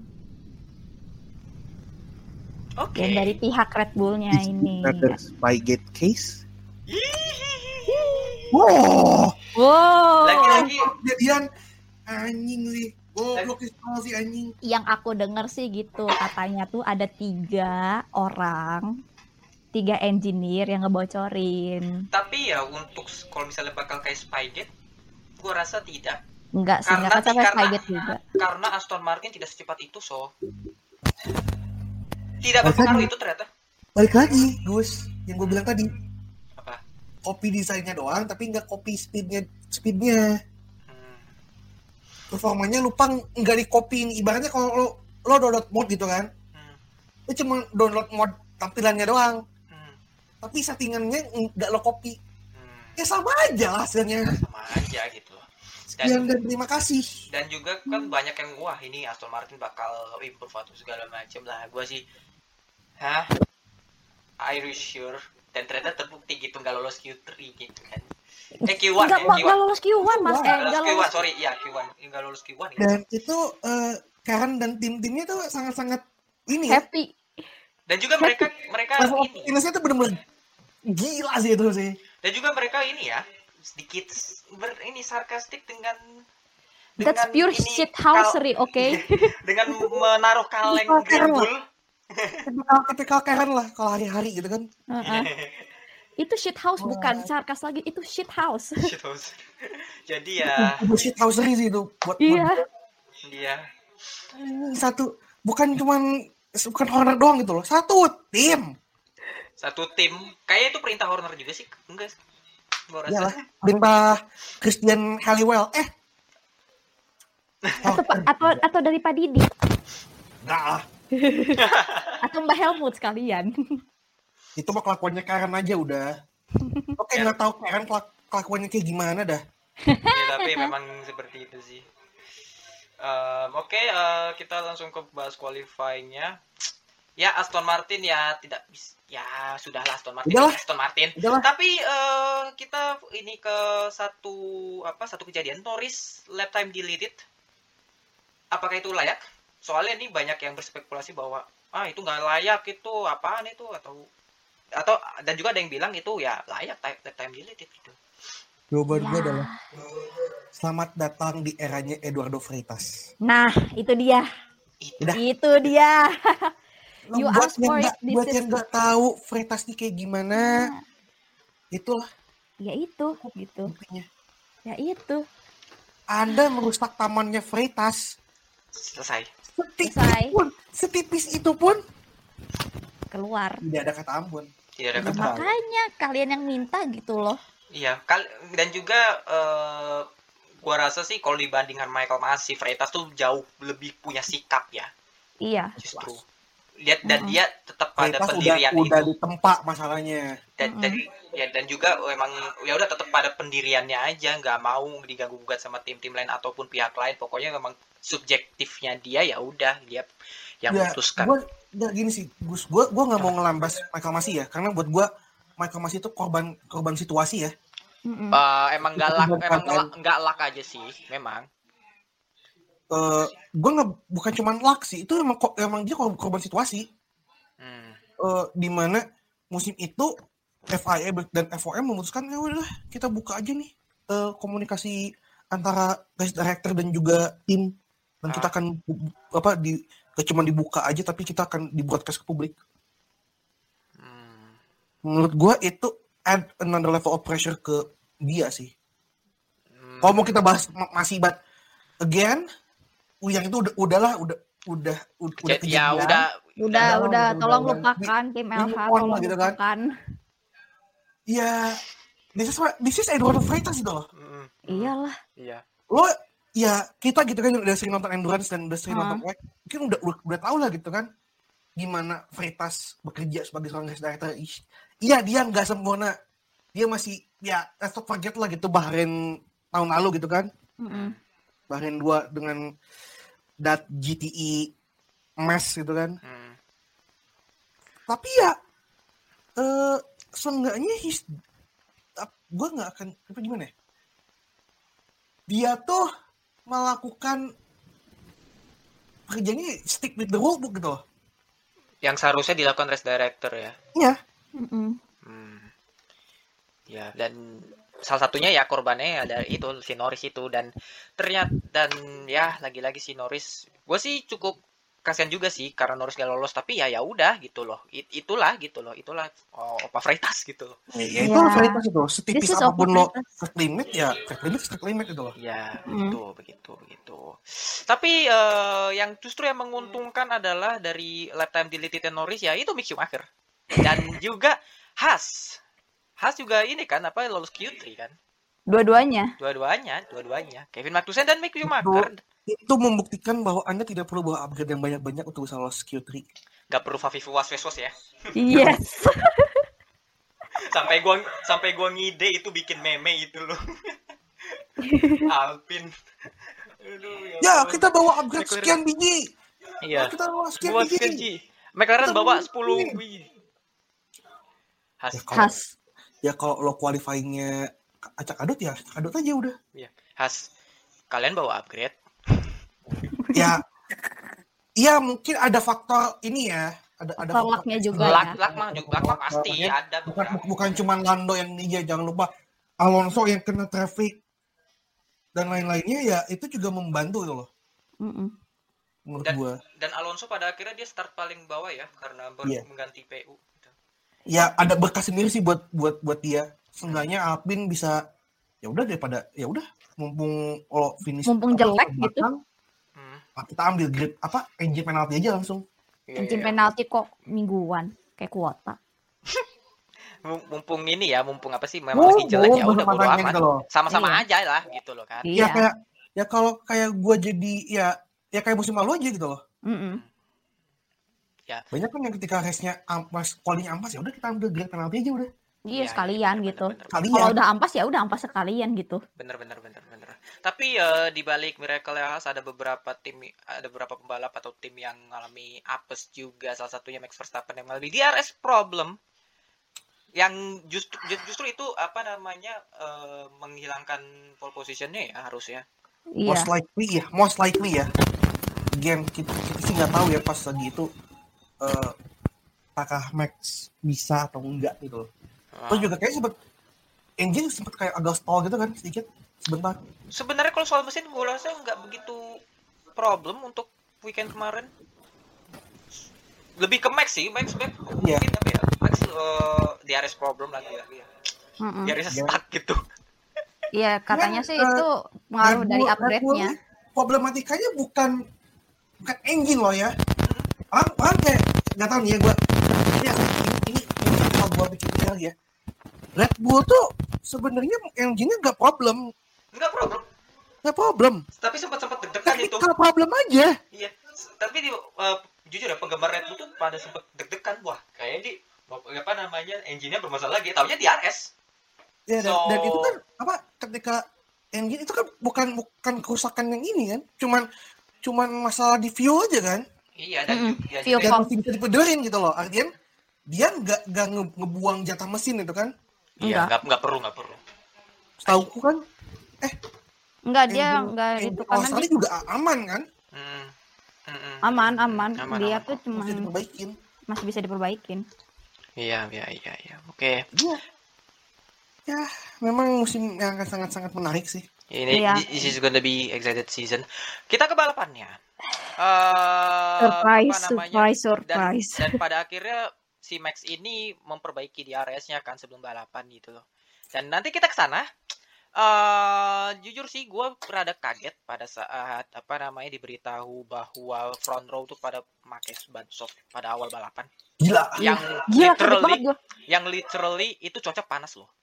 Oke. Yang dari pihak Red Bullnya Is ini. another Spygate case? Hihihi. Wow, Wow. Lagi-lagi kejadian anjing sih. Goblok sih anjing. Yang aku denger sih gitu. Katanya tuh ada tiga orang, tiga engineer yang ngebocorin. tapi ya untuk kalau misalnya bakal kayak Spygate, gua rasa tidak. Enggak sih, Karena enggak sampai karena, Spygate juga. karena Aston Martin tidak secepat itu, so. Tidak berpengaruh itu ternyata. Balik lagi, Gus, yang gue bilang tadi. Apa? Copy desainnya doang, tapi nggak copy speednya. Speednya. Hmm. Performanya lupa nggak di copy. Ibaratnya kalau lo, lo download mod gitu kan, Hmm. lo cuma download mod tampilannya doang. Hmm. Tapi settingannya nggak lo copy. Hmm. Ya sama aja lah hasilnya. Sama aja gitu. Sekian Dan dan terima kasih. dan juga kan banyak yang wah ini Aston Martin bakal improve atau segala macam lah. Gua sih hah? Are you sure? Dan ternyata terbukti gitu nggak lolos Q tiga gitu kan. Eh Q satu Enggak, ya, Q enggak satu. lolos Q satu, Mas. Eh, Nggak lolos enggak Q satu, lolos. sorry. Ya Q satu. Nggak lolos Q satu. Dan itu eh, Karen dan tim-timnya tuh sangat-sangat ini ya. Happy. Dan juga mereka mereka Level of ini. happiness-nya tuh bener-bener gila sih itu sih. Dan juga mereka ini ya sedikit ber ini sarkastik dengan That's dengan pure ini shithousery, kal- oke? dengan menaruh kaleng Tipikal Red Karen Bull. Tipikal tipikal Karen lah kalau hari-hari gitu kan. Heeh. Itu shit house Oh. bukan sarkas lagi, itu shit house. Jadi ya Itu shit housery sih itu buat Iya. buat- dia ini satu bukan cuman bukan Horner doang gitu loh. Satu tim. satu tim. Kayaknya itu perintah Horner juga sih. Enggak. Gua Iyalah, rasa. perintah Christian Halliwell. Eh. Atau, pa- atau atau dari Pak Didi Enggak lah. atau Mbak Helmut sekalian. Itu mah kelakuannya Karen aja udah. Oke, nggak tahu Karen kelak- kelakuannya kayak gimana dah. Ya, tapi memang seperti itu sih. Um, Oke, eh, kita langsung ke bahas qualifying-nya. Ya Aston Martin ya tidak bisa. Ya sudahlah Aston Martin. Udahlah. Aston Martin. Udahlah. Tapi eh, kita ini ke satu apa satu kejadian Norris lap time deleted. Apakah itu layak? Soalnya ini banyak yang berspekulasi bahwa ah itu nggak layak itu apaan itu atau atau dan juga ada yang bilang itu ya layak lap time deleted gitu. Jawaban gue Ya. adalah selamat datang di eranya Eduardo Freitas. Nah, itu dia. Itu. Udah. Itu dia. Lo You buat asked yang for nggak it, this buat is- yang nggak tahu Freitas nih kayak gimana, itulah Ya itu, gitu. intinya. Ya itu. Anda merusak tamannya Freitas. Selesai. Setipis Selesai. pun, setipis itu pun Keluar. tidak ada kata ampun. Tidak ada Ya, kata. makanya kalian yang minta gitu loh. Iya, kal- dan juga eh, gua rasa sih kalau dibandingkan Michael Masi, Freitas tuh jauh lebih punya sikap ya, Iya. justru. lihat dan Mm-mm. dia tetap pada Veritas udah pendirian udah itu. ditempa masalahnya. Dan, Mm-mm. dan ya dan juga emang ya udah tetap pada pendiriannya aja, nggak mau diganggu gugat sama tim-tim lain ataupun pihak lain. Pokoknya memang subjektifnya dia ya udah dia yang Ya, memutuskan. gue nggak gini sih, Gus. Gue gue nggak mau ngelambas Michael Massey ya, karena buat gue Michael Massey itu korban korban situasi ya. Mm-mm. Uh, emang nggak lak, Bukan emang kan. nggak nggak lak aja sih, memang. Uh, gue nggak bukan cuma luck sih, itu emang ko- emang dia kor- korban situasi. Hmm. Uh, di mana musim itu F I A dan F O M memutuskan ya udah kita buka aja nih uh, komunikasi antara race director dan juga tim, dan kita Ah. akan bu- apa di gak cuma dibuka aja tapi kita akan di broadcast ke publik. Hmm. Menurut gue itu add another level of pressure ke dia sih. Hmm. Kalau mau kita bahas ma- masih but again, yang itu udah udahlah udah udah udah, udah Ya, ya kejadian. udah Udah, Udah, udah, udah, tolong udah. lupakan tim Di- L H, di- on tolong lah gitu kan. lupakan. Ya, this is what- this is Eduardo Freitas gitu loh. Hmm. Iyalah. Iya. Lo ya kita gitu kan udah sering nonton endurance dan udah sering Hmm. nonton track, mungkin udah udah, udah tahu lah gitu kan gimana Freitas bekerja sebagai seorang race director. Ih, iya dia nggak sempurna, dia masih ya let's not forget lah gitu Bahrain tahun lalu gitu kan, Mm-mm. Bahrain dua dengan that G T E mess gitu kan. Hmm. Tapi ya eh seenggaknya his gue nggak akan apa gimana ya, dia tuh melakukan kerjanya stick with the rule book gitu loh. Yang seharusnya dilakukan race director ya. Iya. Mm-mm. Hmm. Ya, dan salah satunya ya korbannya ada itu si Norris itu, dan ternyata dan ya lagi-lagi si Norris, gue sih cukup kasihan juga sih karena Norris gak lolos, tapi ya ya udah gitu loh. It, itulah gitu loh. Itulah oh, Opa Freitas gitu loh. Ya, itu Ya. Freitas itu setipis This is apapun Opa lo Freitas. track limit ya track limit track limit itu loh. Ya, Hmm. begitu, begitu, begitu. Tapi eh, yang justru yang menguntungkan adalah dari lap time deleted Norris ya itu Mick Schumacher. Dan juga Haas. Haas juga ini kan apa lolos Q tiga kan. Dua-duanya. Dua-duanya, dua-duanya. Kevin Magnussen dan Mick Schumacher. Itu membuktikan bahwa Anda tidak perlu bawa upgrade yang banyak-banyak untuk bisa lolos Q tiga. Gak perlu Fafifu was-was ya. Yes. Sampai gua sampai gua ngide itu bikin meme itu loh. Alpin. Aduh, Ya, ampun. kita bawa upgrade McLaren. sekian biji. Iya. Kita bawa sekian Buat biji. Kenji. McLaren Kita bawa bawa sepuluh ini. biji. Has. Ya kalau Khas. ya kalau lo qualifying-nya acak adut ya acak adut aja udah. Iya. Has. Kalian bawa upgrade? Ya, iya mungkin ada faktor ini ya. Ada ada Faktor luck-nya juga Lak, ya. lak mah juga lak mah pasti ada Bukan, beberapa. bukan cuma Lando yang ninja, jangan lupa Alonso yang kena traffic dan lain-lainnya ya itu juga membantu itu loh Mm-mm. menurut Dan- gua. Dan Alonso pada akhirnya dia start paling bawah ya karena baru Iya. mengganti P U. Ya ada berkah sendiri sih buat buat buat dia. Seenggaknya Alpine bisa ya udah daripada ya udah mumpung lo finish Mumpung apa, jelek belakang, gitu. Hmm. ah, kita ambil grid apa engine penalti aja langsung. Iya, Engine iya. penalti kok mingguan. Kayak kuota. Mum- Mumpung ini ya, mumpung apa sih memang Oh, lagi jelek ya oh, udah bodo bermatanya amat. gitu loh. Sama-sama Iya. aja lah gitu loh kan. Ya Iya. kayak ya kalau kayak gua jadi ya ya kayak musim lalu aja gitu loh. Mm-mm. Banyak kan yang ketika race-nya ampas, quali-nya ampas ya udah kita ambil grid penalti aja udah. Iya, Iya, sekalian iya, gitu. bener, bener, Kalian. Kalau udah ampas ya udah ampas sekalian gitu. bener bener bener bener. Tapi eh, di balik Miracle Haas ada beberapa tim, ada beberapa pembalap atau tim yang mengalami apes juga. Salah satunya Max Verstappen yang mengalami D R S problem. Yang justru justru itu apa namanya eh, menghilangkan pole positionnya ya harusnya. Iya. Most likely ya, most likely ya. Again, kita, kita sih nggak tahu ya pas lagi itu eh apakah Max bisa atau enggak gitu loh. Ah. Terus juga kayak sempet engine sempet kayak agak stall gitu kan sedikit sebentar. Sebenarnya kalau soal mesin gue rasa nggak begitu problem untuk weekend kemarin. Lebih ke Max sih, Max Max Iya. mungkin apa ya? Max eh, D R S problem lagi lagi ya. Mm-mm. D R S Iya. stuck gitu. Iya, katanya Ya, sih eh, itu pengaruh Red dari Bull- Red upgrade-nya. Bull problematikanya bukan bukan engine loh ya. Orang, orang kayak nggak tahu nih ya gue. Ini ini ini kalau gue pikir lagi ya. Red Bull tuh sebenarnya engine-nya nggak problem, Enggak problem. nggak problem. Tapi sempat sempat deg-degan itu. Technical problem aja. Iya. Tapi di eh, jujur ya penggemar Red Bull tuh pada sempet deg-degan, wah kayaknya di apa namanya engine-nya bermasalah lagi, taunya di R S. Ya, dan, So- dan itu kan apa ketika engine itu kan bukan bukan kerusakan yang ini kan, cuman cuman masalah di fuel aja kan, Iya dan Mm-mm. ju- ya, Fuel juga- dan pump. masih bisa dipedorin gitu loh. Artian dia nggak nggak nge- ngebuang jatah mesin itu kan, iya Enggak. nggak nggak perlu nggak perlu. setauku kan Enggak, dia engine- enggak engine itu karena Australia dia juga a- aman kan, Hmm. Mm-mm. aman, aman. Aman, Dia aman tuh kok. cuma masih diperbaikin. masih bisa diperbaikin. Iya iya iya iya. Oke. Iya. Ya, memang musim yang akan sangat-sangat menarik sih. Ini Iya. this is gonna be excited season. Kita ke balapannya. Eh Surprise, apa namanya? surprise, Dan, surprise. dan pada akhirnya si Max ini memperbaiki di R S-nya kan sebelum balapan gitu loh. Dan nanti kita ke sana. Eh jujur sih gue rada kaget pada saat apa namanya diberitahu bahwa front row tuh pada pakai ban soft pada awal balapan. Gila. Yang Gila, kaget literally banget gue. yang literally itu cuaca panas loh.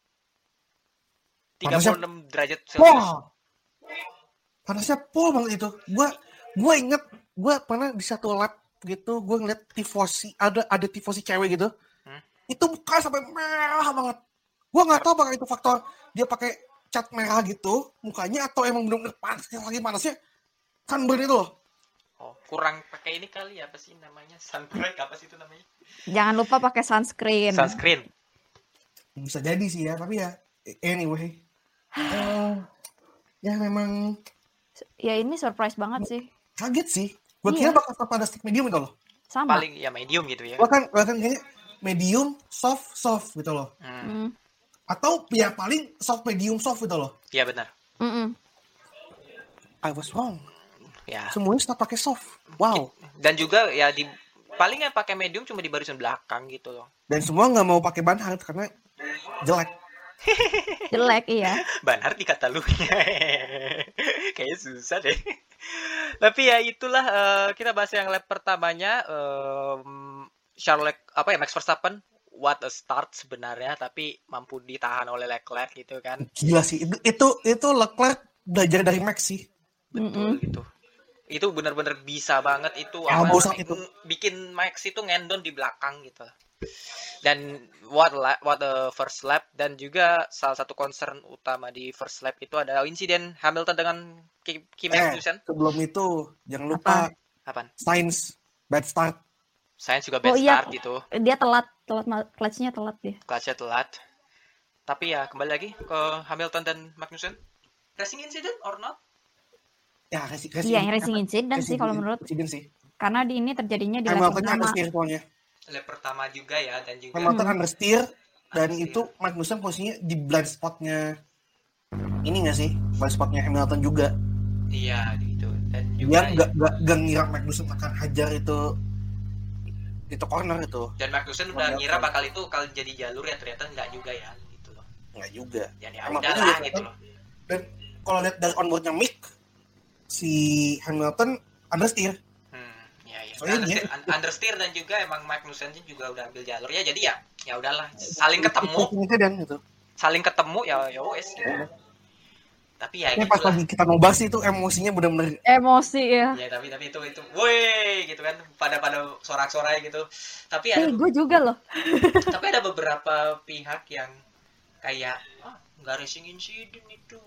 tiga Panasnya- puluh enam derajat Celcius. Pol. Panasnya pol banget itu. Gua gua inget gua pernah di satu lap gitu, gua ngeliat tifosi, ada ada tifosi cewek gitu. Hmm. Itu muka sampai merah banget. Gua nggak tahu apakah itu faktor dia pakai cat merah gitu mukanya atau emang benar-benar panas lagi panasnya sunburn itu loh. Oh, kurang pakai ini kali ya, apa sih namanya? Sunbreak apa sih itu namanya? Jangan lupa pakai sunscreen. Sunscreen. Bisa jadi sih ya, tapi ya anyway. Eh, ya memang Ya ini surprise banget sih. kaget sih. Gua Iya. kira bakal pada stick medium itu loh. Sama. Paling ya medium gitu ya. Bahkan bahkan kayaknya medium soft soft gitu loh. Hmm. Mm. Atau ya paling soft medium soft gitu loh. Iya benar. Mm-mm. I was wrong. Ya. Semuanya start pakai soft. Wow. Dan juga ya di paling yang pakai medium cuma di barisan belakang gitu loh. Dan semua nggak mau pakai ban hard karena jelek. Jelek, iya. Ban hard di kata lu. Kayaknya susah deh. Tapi ya itulah eh, kita bahas yang lap pertamanya em, Charles apa ya Max Verstappen what a start sebenarnya tapi mampu ditahan oleh Leclerc gitu kan. Gila sih. Itu itu, itu Leclerc belajar dari Max sih. Betul gitu. Itu benar-benar bisa banget itu Ya, apa mau saat namanya, itu. ng- bikin Max itu ngendon di belakang gitu. Dan what la- what the first lap dan juga salah satu concern utama di first lap itu ada insiden Hamilton dengan Ki- Kimi Eh, Raikkonen. sebelum itu jangan lupa Apaan? Sainz bad start. Sainz juga bad Oh, iya. start gitu. Dia telat, telat ma- clutch-nya telat dia. Clutch-nya telat. Tapi ya kembali lagi ke Hamilton dan Magnussen. Racing incident or not? Ya, racing, Iya, yang racing incident sih kalau menurut. Incident sih. Karena di ini terjadinya di lap Hamilton pertama. understeer soalnya. Lap pertama juga ya dan juga Hamilton Hmm. understeer dan Understeer. itu Magnussen posisinya di blind spotnya ini nggak sih? Blind spotnya Hamilton juga. iya gitu. Dan juga Dia nggak nggak nggak ngira Magnussen akan hajar itu itu corner itu. dan Magnussen udah ngira bakal itu kalau jadi jalur ya ternyata enggak juga ya gitu loh. Nggak juga. Dan ya Emang udahlah bener, gitu kan? loh. Dan kalau lihat dari onboardnya Mick, si Hamilton understeer. Hmm, ya ya. Soalnya Understeer, dia- un- understeer dan juga emang Magnussen juga udah ambil jalur ya jadi ya ya udahlah saling ketemu Insiden gitu. saling ketemu ya ya wes gitu. Tapi ya Ini gitu pas lah. lagi kita mau bahas itu emosinya benar-benar Emosi ya. Ya tapi tapi itu itu woi gitu kan pada pada sorak-sorai gitu. Tapi ada Eh, gue juga loh. tapi ada beberapa pihak yang kayak ah nggak racing incident itu.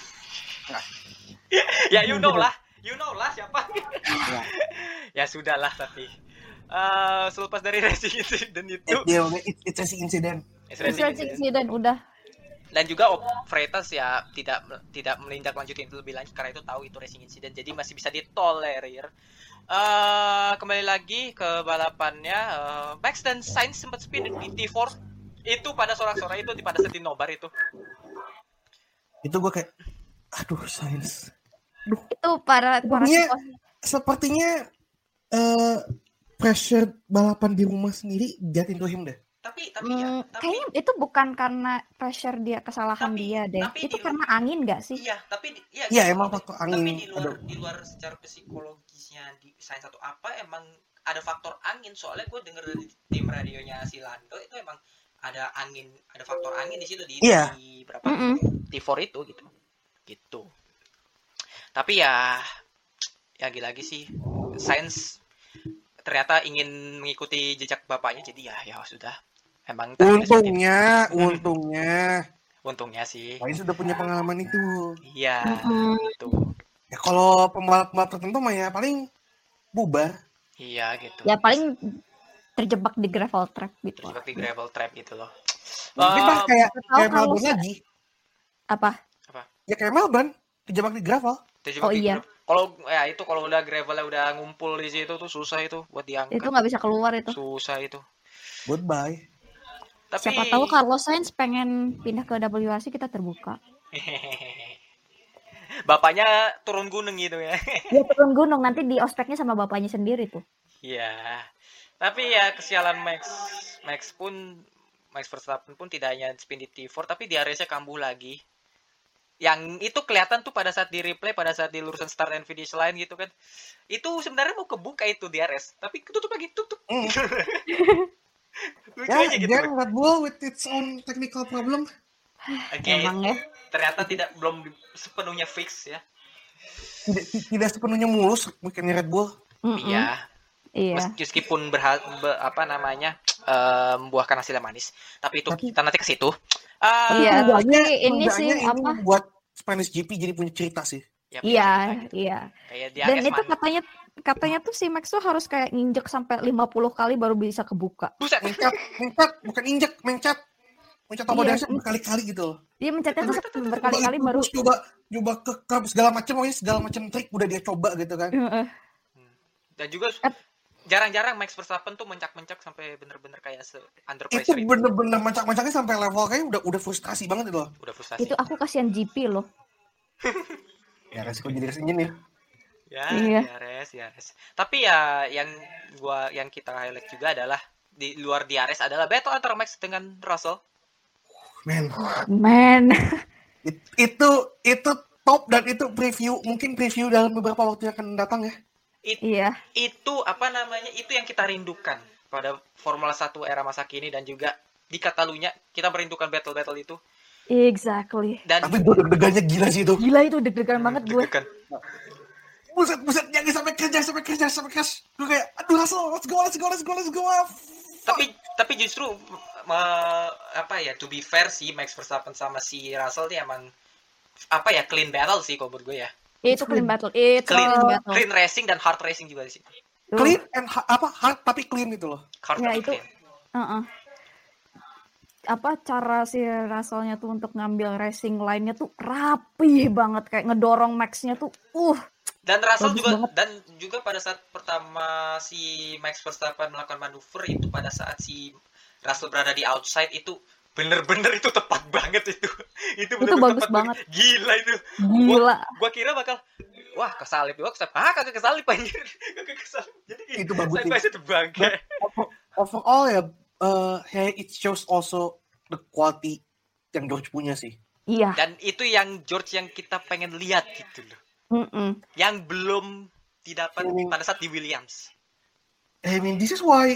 Ya you know lah, you know lah siapa. Ya sudahlah tapi eh selepas dari racing incident itu dia it's, it's racing incident. it's Terus racing racing incident. incident udah. Dan juga operators ya tidak tidak menindak lanjutin itu lebih lanjut karena itu tahu itu racing incident jadi masih bisa ditolerir. Eh kembali lagi ke balapannya eh, Max dan Sainz sempat speed di T empat itu pada sorak-sorai itu di pada setin nobar itu. Itu gue kayak aduh Sainz. Itu para para Sepertinya tifosi. sepertinya eh pressure balapan di rumah sendiri get into him deh. Tapi tapi ya, Hmm, tapi kayaknya itu bukan karena pressure dia kesalahan Tapi- dia deh. tapi Itu di- karena angin gak sih? iya, tapi di- iya Iya gitu. emang faktor Tapi angin. di luar Aduh. di luar secara psikologisnya di Sainz atau apa emang ada faktor angin soalnya gue denger dari tim radionya si Lando itu emang ada angin ada faktor angin di situ di, Iya. di berapa Mm-mm. T empat itu gitu gitu tapi ya ya lagi-lagi sih Sainz ternyata ingin mengikuti jejak bapaknya, jadi ya ya sudah. Emang untungnya, untungnya, untungnya sih. Sainz sudah punya pengalaman itu. Iya, Mm-mm. gitu. Ya kalau pembalap-pembalap tertentu mah ya paling bubar. Iya gitu. Ya paling terjebak di gravel trap gitu. Terjebak di gravel trap gitu loh. Tapi Um, bah kayak tahu kayak kalau Melbourne sa- lagi. Apa? Ya kayak Melbourne, terjebak di gravel. terjebak Oh di iya. gravel. Kalau ya itu kalau udah gravelnya udah ngumpul di situ tuh susah itu buat diangkat. Itu nggak bisa keluar itu. Susah itu. Goodbye. Tapi Siapa tahu Carlos Sainz pengen pindah ke W R C, kita terbuka. bapaknya turun gunung gitu ya. Dia turun gunung, nanti di ospeknya sama bapaknya sendiri tuh. Iya. Tapi ya kesialan Max Max pun Max Verstappen pun tidak hanya spin di T empat tapi di R S-nya kambuh lagi. Yang itu kelihatan tuh pada saat di replay, pada saat di lurusan start and finish line gitu kan. Itu sebenarnya mau kebuka itu di R S, tapi ketutup lagi, tutup. Mm. Lucu Ya, aja gitu. again, Red Bull with its own technical problem. Oke, Emang ya. ternyata tidak belum sepenuhnya fix ya. Tidak, tidak sepenuhnya mulus weekendnya Red Bull. Mm-mm. Iya. Iya. Meskipun berha- be- apa namanya eh, membuahkan hasil yang manis, tapi itu Tapi- kita nanti ke situ. Ah, Iya, Setidaknya- tapi ini setidaknya sih ini apa? buat Spanish G P jadi punya cerita sih. ya, Iya, gitu. iya. Kayak di Dan A S itu man- katanya katanya tuh si Max tuh harus kayak nginjek sampai lima puluh kali baru bisa kebuka. Buset. Mencet, mencet, bukan injek, mencet. Mencet tombol Iya. dashnya berkali-kali gitu loh. Dia mencetnya tuh Coba berkali-kali itu, baru. terus coba coba ke, ke segala macam pokoknya segala macam trik udah dia coba gitu kan. Heeh. Dan juga Ep. jarang-jarang Max Verstappen tuh mencak-mencak sampai bener-bener kayak se under Itu pressure itu. bener-bener mencak-mencaknya sampai level kayaknya udah udah frustasi banget itu loh. Udah frustasi. Itu aku kasihan G P loh. Ya resiko jadi resiko ya. Ya, Iya. ya res, ya res. Tapi ya yang gua yang kita highlight juga adalah di luar D R S adalah battle antara Max dengan Russell. Men, Man. it- itu itu top dan itu preview mungkin preview dalam beberapa waktu yang akan datang ya. It- Iya. itu apa namanya? Itu yang kita rindukan pada Formula satu era masa kini dan juga di Catalunya kita merindukan battle-battle itu. Exactly. Dan Tapi gue deg-degannya gila sih itu. Gila itu deg-degan banget gue. deg-degan. Buset, buset, jangan sampai kerja, sampai kerja, sampai crash. Gue kayak, aduh Russell, let's go, let's go, let's go, let's go. Tapi tapi justru me- apa ya, to be fair sih Max Verstappen sama si Russell nih emang apa ya, clean battle sih kalau menurut gue ya. Itu clean battle. Itu Clean, clean battle. clean racing dan hard racing juga di situ. Tuh. Clean and ha- apa hard tapi clean itu loh. Hard Ya, tapi itu- clean. Heeh. Apa cara si Russell-nya tuh untuk ngambil racing line-nya tuh rapih banget, kayak ngedorong Max-nya tuh uh Dan Russell Bagus juga banget. dan juga pada saat pertama si Max Verstappen melakukan manuver itu pada saat si Russell berada di outside itu bener-bener itu tepat banget itu. Itu bener-bener bagus tepat banget. Gila itu. gila. Gua kira bakal wah kesalip, gua kesalip. Ah, kagak kesalip anjir. Kagak kesalip. Jadi Itu bagus side sih. by side bangke. Over- Overall ya, uh, hey, it shows also the quality yang George punya sih. Iya. Dan itu yang George yang kita pengen lihat gitu loh. Mm-mm. Yang belum didapat Hmm. pada saat di Williams. I mean, this is why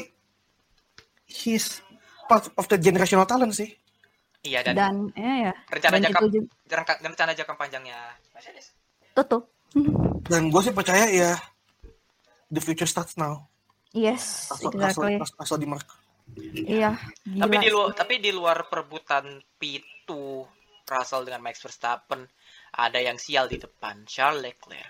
he's part of the generational talent sih. Iya dan, Dan ya ya. rencana Dan jangka itu juga rencana, rencana jangka panjangnya Mercedes. tutup. Dan gue sih percaya ya, the future starts now. Yes, Asal, exactly. asal, asal di mark. Iya, gila. Tapi di luar sih. tapi di luar perebutan P dua Russell dengan Max Verstappen ada yang sial di depan, Charles Leclerc.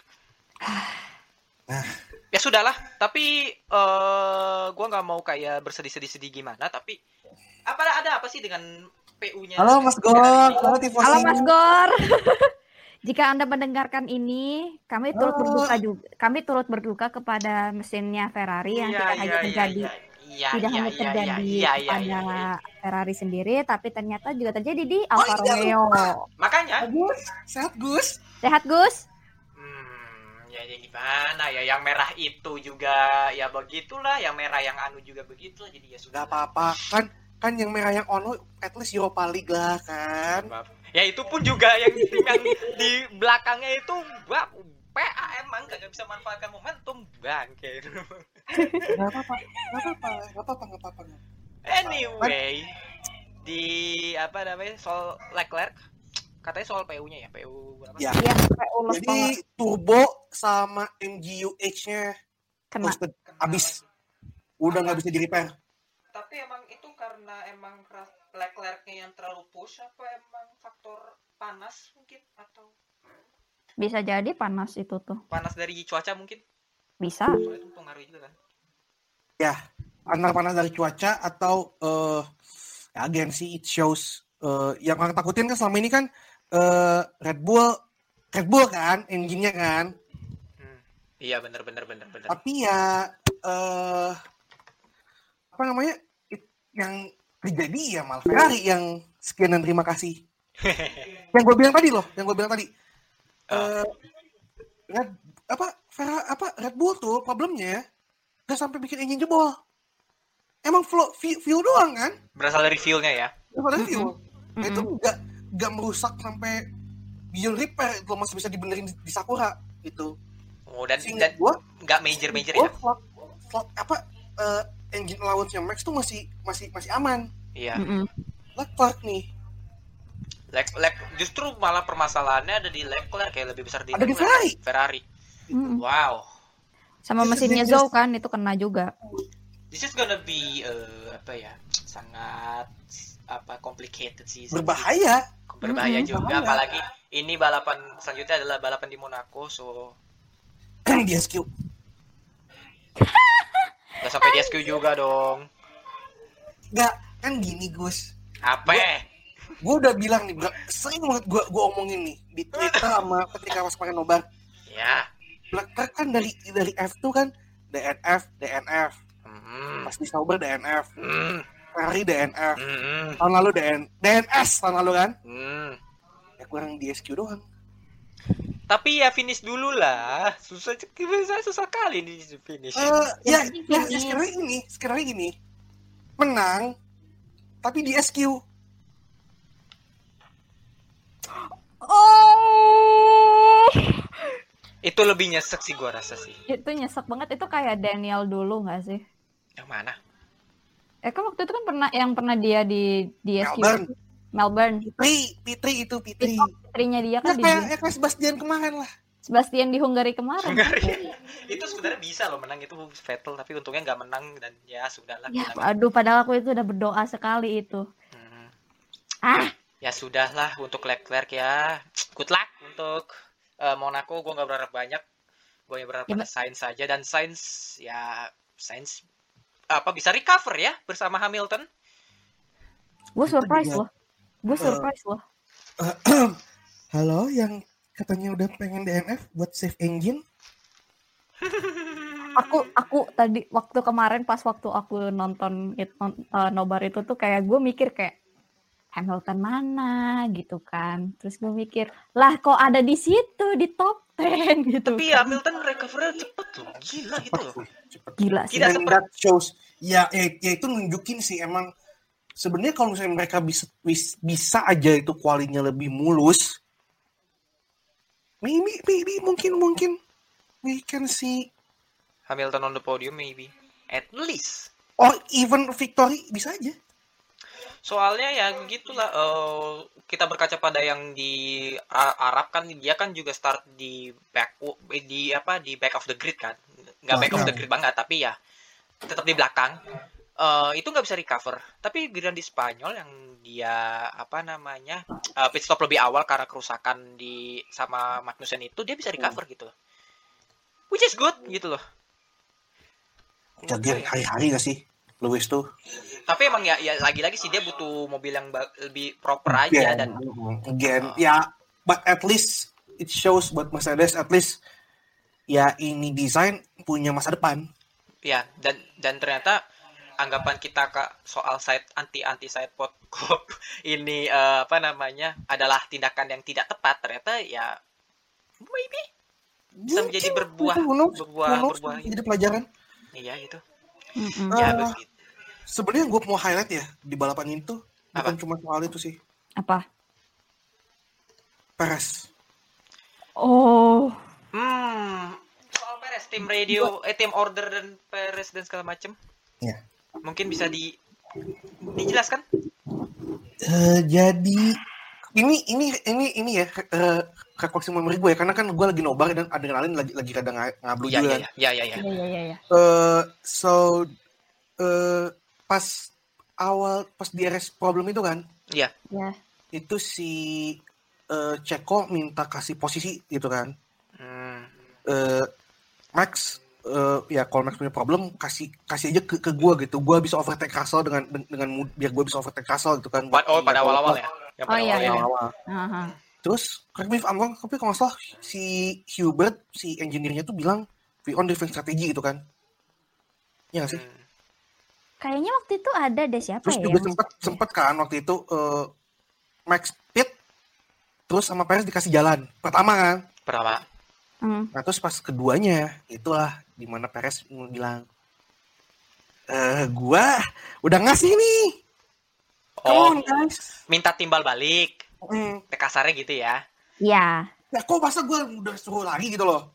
Ya sudahlah, tapi eh gua nggak mau kayak bersedih-sedih-sedih gimana, tapi apa ada apa sih dengan P U-nya? Halo Mas Gor, halo tifosi. Halo Mas Gor. Jika Anda mendengarkan ini, kami turut Halo. berduka juga. Kami turut berduka kepada mesinnya Ferrari yang Iya, tidak iya, hanya iya, terjadi iya. Iya, tidak iya, hanya iya, terjadi iya, iya, pada iya, iya. Ferrari sendiri, tapi ternyata juga terjadi di Alfa iya, Romeo. Makanya, Gus, sehat Gus. Sehat Gus? hmm, ya, ya gimana ya, yang merah itu juga ya begitulah, yang merah yang anu juga begitulah, jadi ya sudah. Gak apa-apa, kan kan yang merah yang ono at least Europa League lah kan. Ya itu pun juga yang tim yang di belakangnya itu wah, P A emang gak bisa manfaatkan momentum bangke. Gak apa-apa, gak apa-apa, gak apa-apa, gak apa-apa. Anyway, di apa namanya soal Leclerc katanya soal P U-nya ya, P U berapa? Ya, Iya, kayak ulas banget. jadi turbo sama M G U H-nya Kena. roasted abis. udah nggak bisa di repair. Tapi emang itu karena emang Leclerc-nya yang terlalu push apa emang faktor panas mungkin atau Bisa jadi panas itu tuh. panas dari cuaca mungkin? Bisa. Soalnya itu mempengaruhi juga kan. Ya, antara panas dari cuaca atau uh, ya, again sih it shows uh, yang orang takutin kan selama ini kan uh, Red Bull Red Bull kan engine-nya kan. Hmm. Iya benar benar benar benar. Tapi ya uh, apa namanya? It, yang terjadi ya malah Ferrari yang sekian dan terima kasih. Yang gue bilang tadi loh, yang gue bilang tadi. Uh, Red, apa Ferrari apa Red Bull tuh problemnya nggak sampai bikin engine jebol. Emang flow fuel, fuel doang kan? Berasal dari fuel-nya ya. Berasal dari fuel. Mm-hmm. Nah, itu nggak nggak merusak sampai beyond repair, itu masih bisa dibenerin di, di Sakura gitu. Oh dan Sehingga dan gua nggak major major ya? Slot, slot apa uh, engine allowance-nya Max tuh masih masih masih aman. Iya. Mm-mm. Leclerc nih. Lec, Lec, justru malah permasalahannya ada di Leclerc kayak lebih besar di Ada di Leclerc. Ferrari. Ferrari. Mm-mm. Wow. Sama mesinnya Zhou kan itu kena juga. This is gonna be uh, apa ya? Sangat apa complicated sih. Berbahaya. Berbahaya Mm-hmm. juga Bahaya. apalagi ini balapan selanjutnya adalah balapan di Monaco so Di S Q. nggak sampai di S Q juga dong. Nggak, kan gini Gus. Apa? Gua- Gue udah bilang nih, ber- sering banget gue gue omongin nih di Twitter sama ketika pas pakai nobar. Ya. Leclerc kan dari dari F tuh kan D N F, D N F. Hmm. Pasti Sauber D N F, Hmm. Ferrari D N F. Hmm. Tahun lalu D N D N S tahun lalu kan. Hmm. Ya kurang di S Q doang. Tapi ya finish dulu lah. Susah susah susah kali di finish. Eh ya, penting ya, ya finish. sekarang ini, sekarang ini menang tapi di S Q. Oh, Itu lebih nyesek sih gua rasa sih. itu nyesek banget. Itu kayak Daniel dulu nggak sih? Yang mana? Eh kan waktu itu kan pernah yang pernah dia di di S Q Melbourne. Melbourne. Pitri, Pitri itu Pitri. Istrinya dia Ya kan di kayak ya kayak Sebastian kemarin lah. Sebastian di Hungary kemarin. Itu sebenarnya bisa loh menang itu Vettel tapi untungnya nggak menang dan ya sudahlah. Ya, bilang. aduh, padahal aku itu udah berdoa sekali itu. Hmm. Ah, Ya sudahlah untuk Leclerc ya. Good luck untuk uh, Monaco. Gue nggak berharap banyak. Gue berharap Ya, pada Sainz saja dan Sainz ya Sainz apa bisa recover ya bersama Hamilton. gue surprise juga. loh. Gue surprise loh. Halo, yang katanya udah pengen D N F buat save engine. Aku aku tadi waktu kemarin pas waktu aku nonton it, non- uh, nobar itu tuh kayak gue mikir kayak Hamilton mana gitu kan. Terus gue mikir, lah kok ada di situ di top sepuluh gitu. Tapi kan. Hamilton recover-nya cepet loh. Gila gitu loh. Cepet. Gila sih. Tidak And seperti- that shows ya, ya ya itu nunjukin sih emang sebenarnya kalau misalnya mereka bisa bis- bisa aja itu kualinya lebih mulus, maybe maybe mungkin mungkin we can see Hamilton on the podium maybe. At least. or even victory bisa aja. Soalnya ya gitulah eh, kita berkaca pada yang di A- Arab kan dia kan juga start di back eh, di apa di back of the grid kan. Nggak back of the grid banget tapi ya tetap di belakang. Eh, itu nggak bisa recover. Tapi giliran di Spanyol yang dia apa namanya eh, pit stop lebih awal karena kerusakan di sama Magnussen itu dia bisa recover gitu. Which is good gitu loh. Jagian hari-hari gak sih Lewis tuh? Tapi emang ya, ya lagi-lagi sih dia butuh mobil yang ba- lebih proper aja dan again ya, but at least it shows buat Mercedes at least ya ini desain punya masa depan. ya dan dan ternyata anggapan kita Kak soal side anti anti side pod cop ini eh, apa namanya adalah tindakan yang tidak tepat ternyata ya maybe bisa menjadi berbuah Bonus, berbuah bonus, berbuah jadi pelajaran. iya gitu Mm-mm. ya Ah. begitu Sebenarnya gue mau highlight ya di balapan itu bukan Apa? cuma soal itu sih, Apa? Perez. Oh, hmm soal Perez tim radio eh tim order dan Perez dan segala macem Ya. mungkin bisa di dijelaskan Eh, jadi ini ini ini ini ya uh, refleksi memori gue ya karena kan gue lagi nobar dan adrenalin lagi lagi kadang ngablu ya juga. ya ya ya ya, ya. iya iya iya. iya. Eh, so uh, pas awal pas di R S problem itu kan, Iya. Ya. itu si uh, Ceko minta kasih posisi gitu kan. Hmm. Uh, Max, uh, ya kalau Max punya problem kasih kasih aja ke ke gue gitu. Gue bisa overtake Russell dengan dengan mud- biar gue bisa overtake Russell gitu kan. Oh, pada awal-awal ya. Yang Oh, pada iya, awal iya. ya. Awal. Aha. Terus correct me if I'm wrong, tapi kalau nggak salah si Hubert, si engineer-nya tuh bilang we on different strategy gitu kan. Iya nggak sih? Hmm. Kayaknya waktu itu ada deh siapa Terus ya? juga yang- sempat sempat kan waktu itu uh, Max pit, terus sama Perez dikasih jalan pertama kan. Pertama. Hmm. Nah terus pas keduanya itulah dimana Perez bilang, eh gua udah ngasih nih, Oh, come on guys. minta timbal balik. Hmm. Kasarnya gitu ya. Iya. Ya kok masa gua udah suruh lagi gitu loh.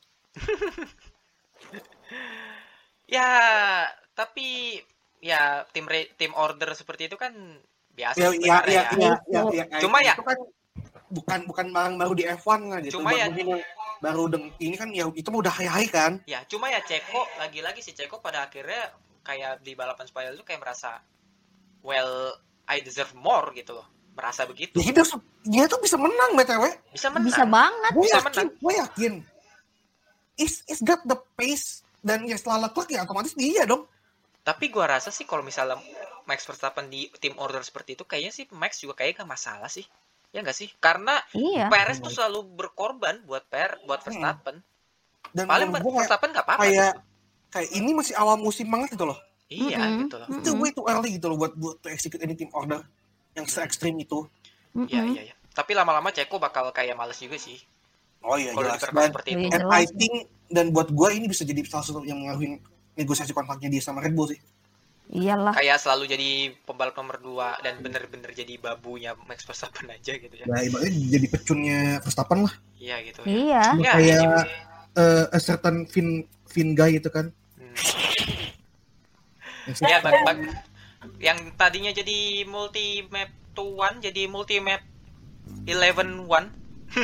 Ya, tapi ya tim re- tim order seperti itu kan biasa Ya ya sebenarnya ya ya. ya ya, ya, ya, Cuma ya- itu kan bukan bukan barang baru di F satu kan gitu. Cuma ya- baru, baru deng- ini kan ya itu mah udah hai-hai kan. Ya, cuma ya Ceko lagi-lagi si Ceko pada akhirnya kayak di balapan Spanyol itu kayak merasa well I deserve more gitu loh. Merasa begitu. Ya dia, dia tuh bisa menang B T W. Bisa menang. Bisa banget. Gue Bisa yakin, menang. gue yakin. Is is got the pace dan ya setelah Leclerc ya otomatis dia dong. Tapi gua rasa sih kalau misalnya Max Verstappen di tim order seperti itu kayaknya sih Max juga kayaknya gak masalah sih. Ya nggak sih? Karena Iya. Perez tuh selalu berkorban buat Per buat Verstappen. Dan Paling menurut gua kayak, Verstappen nggak apa-apa. kayak gitu. kayak ini masih awal musim banget gitu loh. Iya Mm-mm. gitu loh. Itu way too early gitu loh buat buat to execute any team order yang se-ekstrim itu. Mm-mm. Iya iya iya. Tapi lama-lama Ceko bakal kayak males juga sih. Oh iya Kalau jelas. diterapkan Dan, seperti Iya, itu. and jelas. I think dan buat gue ini bisa jadi salah satu yang mengaruhi negosiasi kontraknya dia sama Red Bull sih. Iyalah. Kayak selalu jadi pembalap nomor dua dan bener-bener jadi babunya Max Verstappen aja gitu ya. Ya ibaratnya jadi pecunnya Verstappen lah. Iya gitu ya. Iya. Ya, Kayak ini- uh, a certain Finn Finn guy itu kan. Hmm. Yang Ya, si- bag, bag, yang tadinya jadi multi map to one jadi multi map eleven one.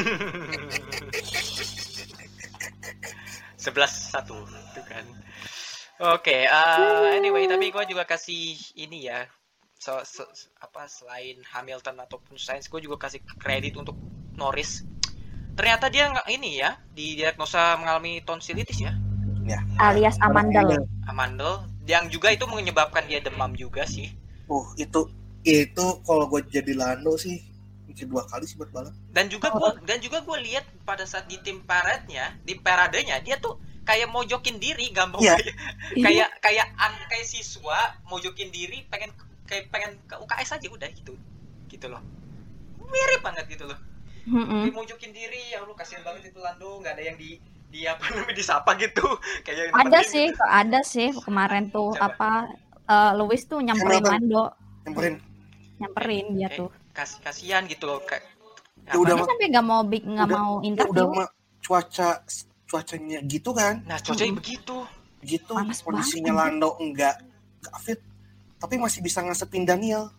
Sebelas satu itu kan. Oke, uh, anyway, tapi gue juga kasih ini ya. So, so- apa selain Hamilton ataupun Sainz, gue juga kasih kredit untuk Norris. Ternyata dia nggak ini ya, didiagnosa mengalami tonsilitis ya, ya. Alias amandel. amandel, yang juga itu menyebabkan dia demam juga sih. Oh itu itu kalau gue jadi Lando sih mikir dua kali sih buat balap. Dan juga gua dan juga gue lihat pada saat di tim paradenya, di paradenya dia tuh kayak mojokin diri, gampang Iya. kayak kayak kayak an- kayak siswa mojokin diri pengen kayak pengen ke U K S aja udah gitu. Gitu loh. Mirip banget gitu loh. Mm-mm. Dia mojokin diri, ya lu kasihan banget itu Lando, nggak ada yang di di apa namanya disapa gitu. Kayak yang Ada nemenin sih, gitu. ada sih kemarin tuh Coba. apa eh, Lewis tuh nyamperin Hamilton. Lando, Nyamperin. nyamperin dia Eh, tuh. kas- kasihan gitu loh kayak Ya udah, Dia mah. sampai nggak mau big nggak Udah- mau Ya udah interview. mah cuaca cuacanya gitu kan. Nah, cuacanya begitu. Gitu Panas kondisinya banget. Lando enggak enggak fit. Tapi masih bisa ngasepin Daniel.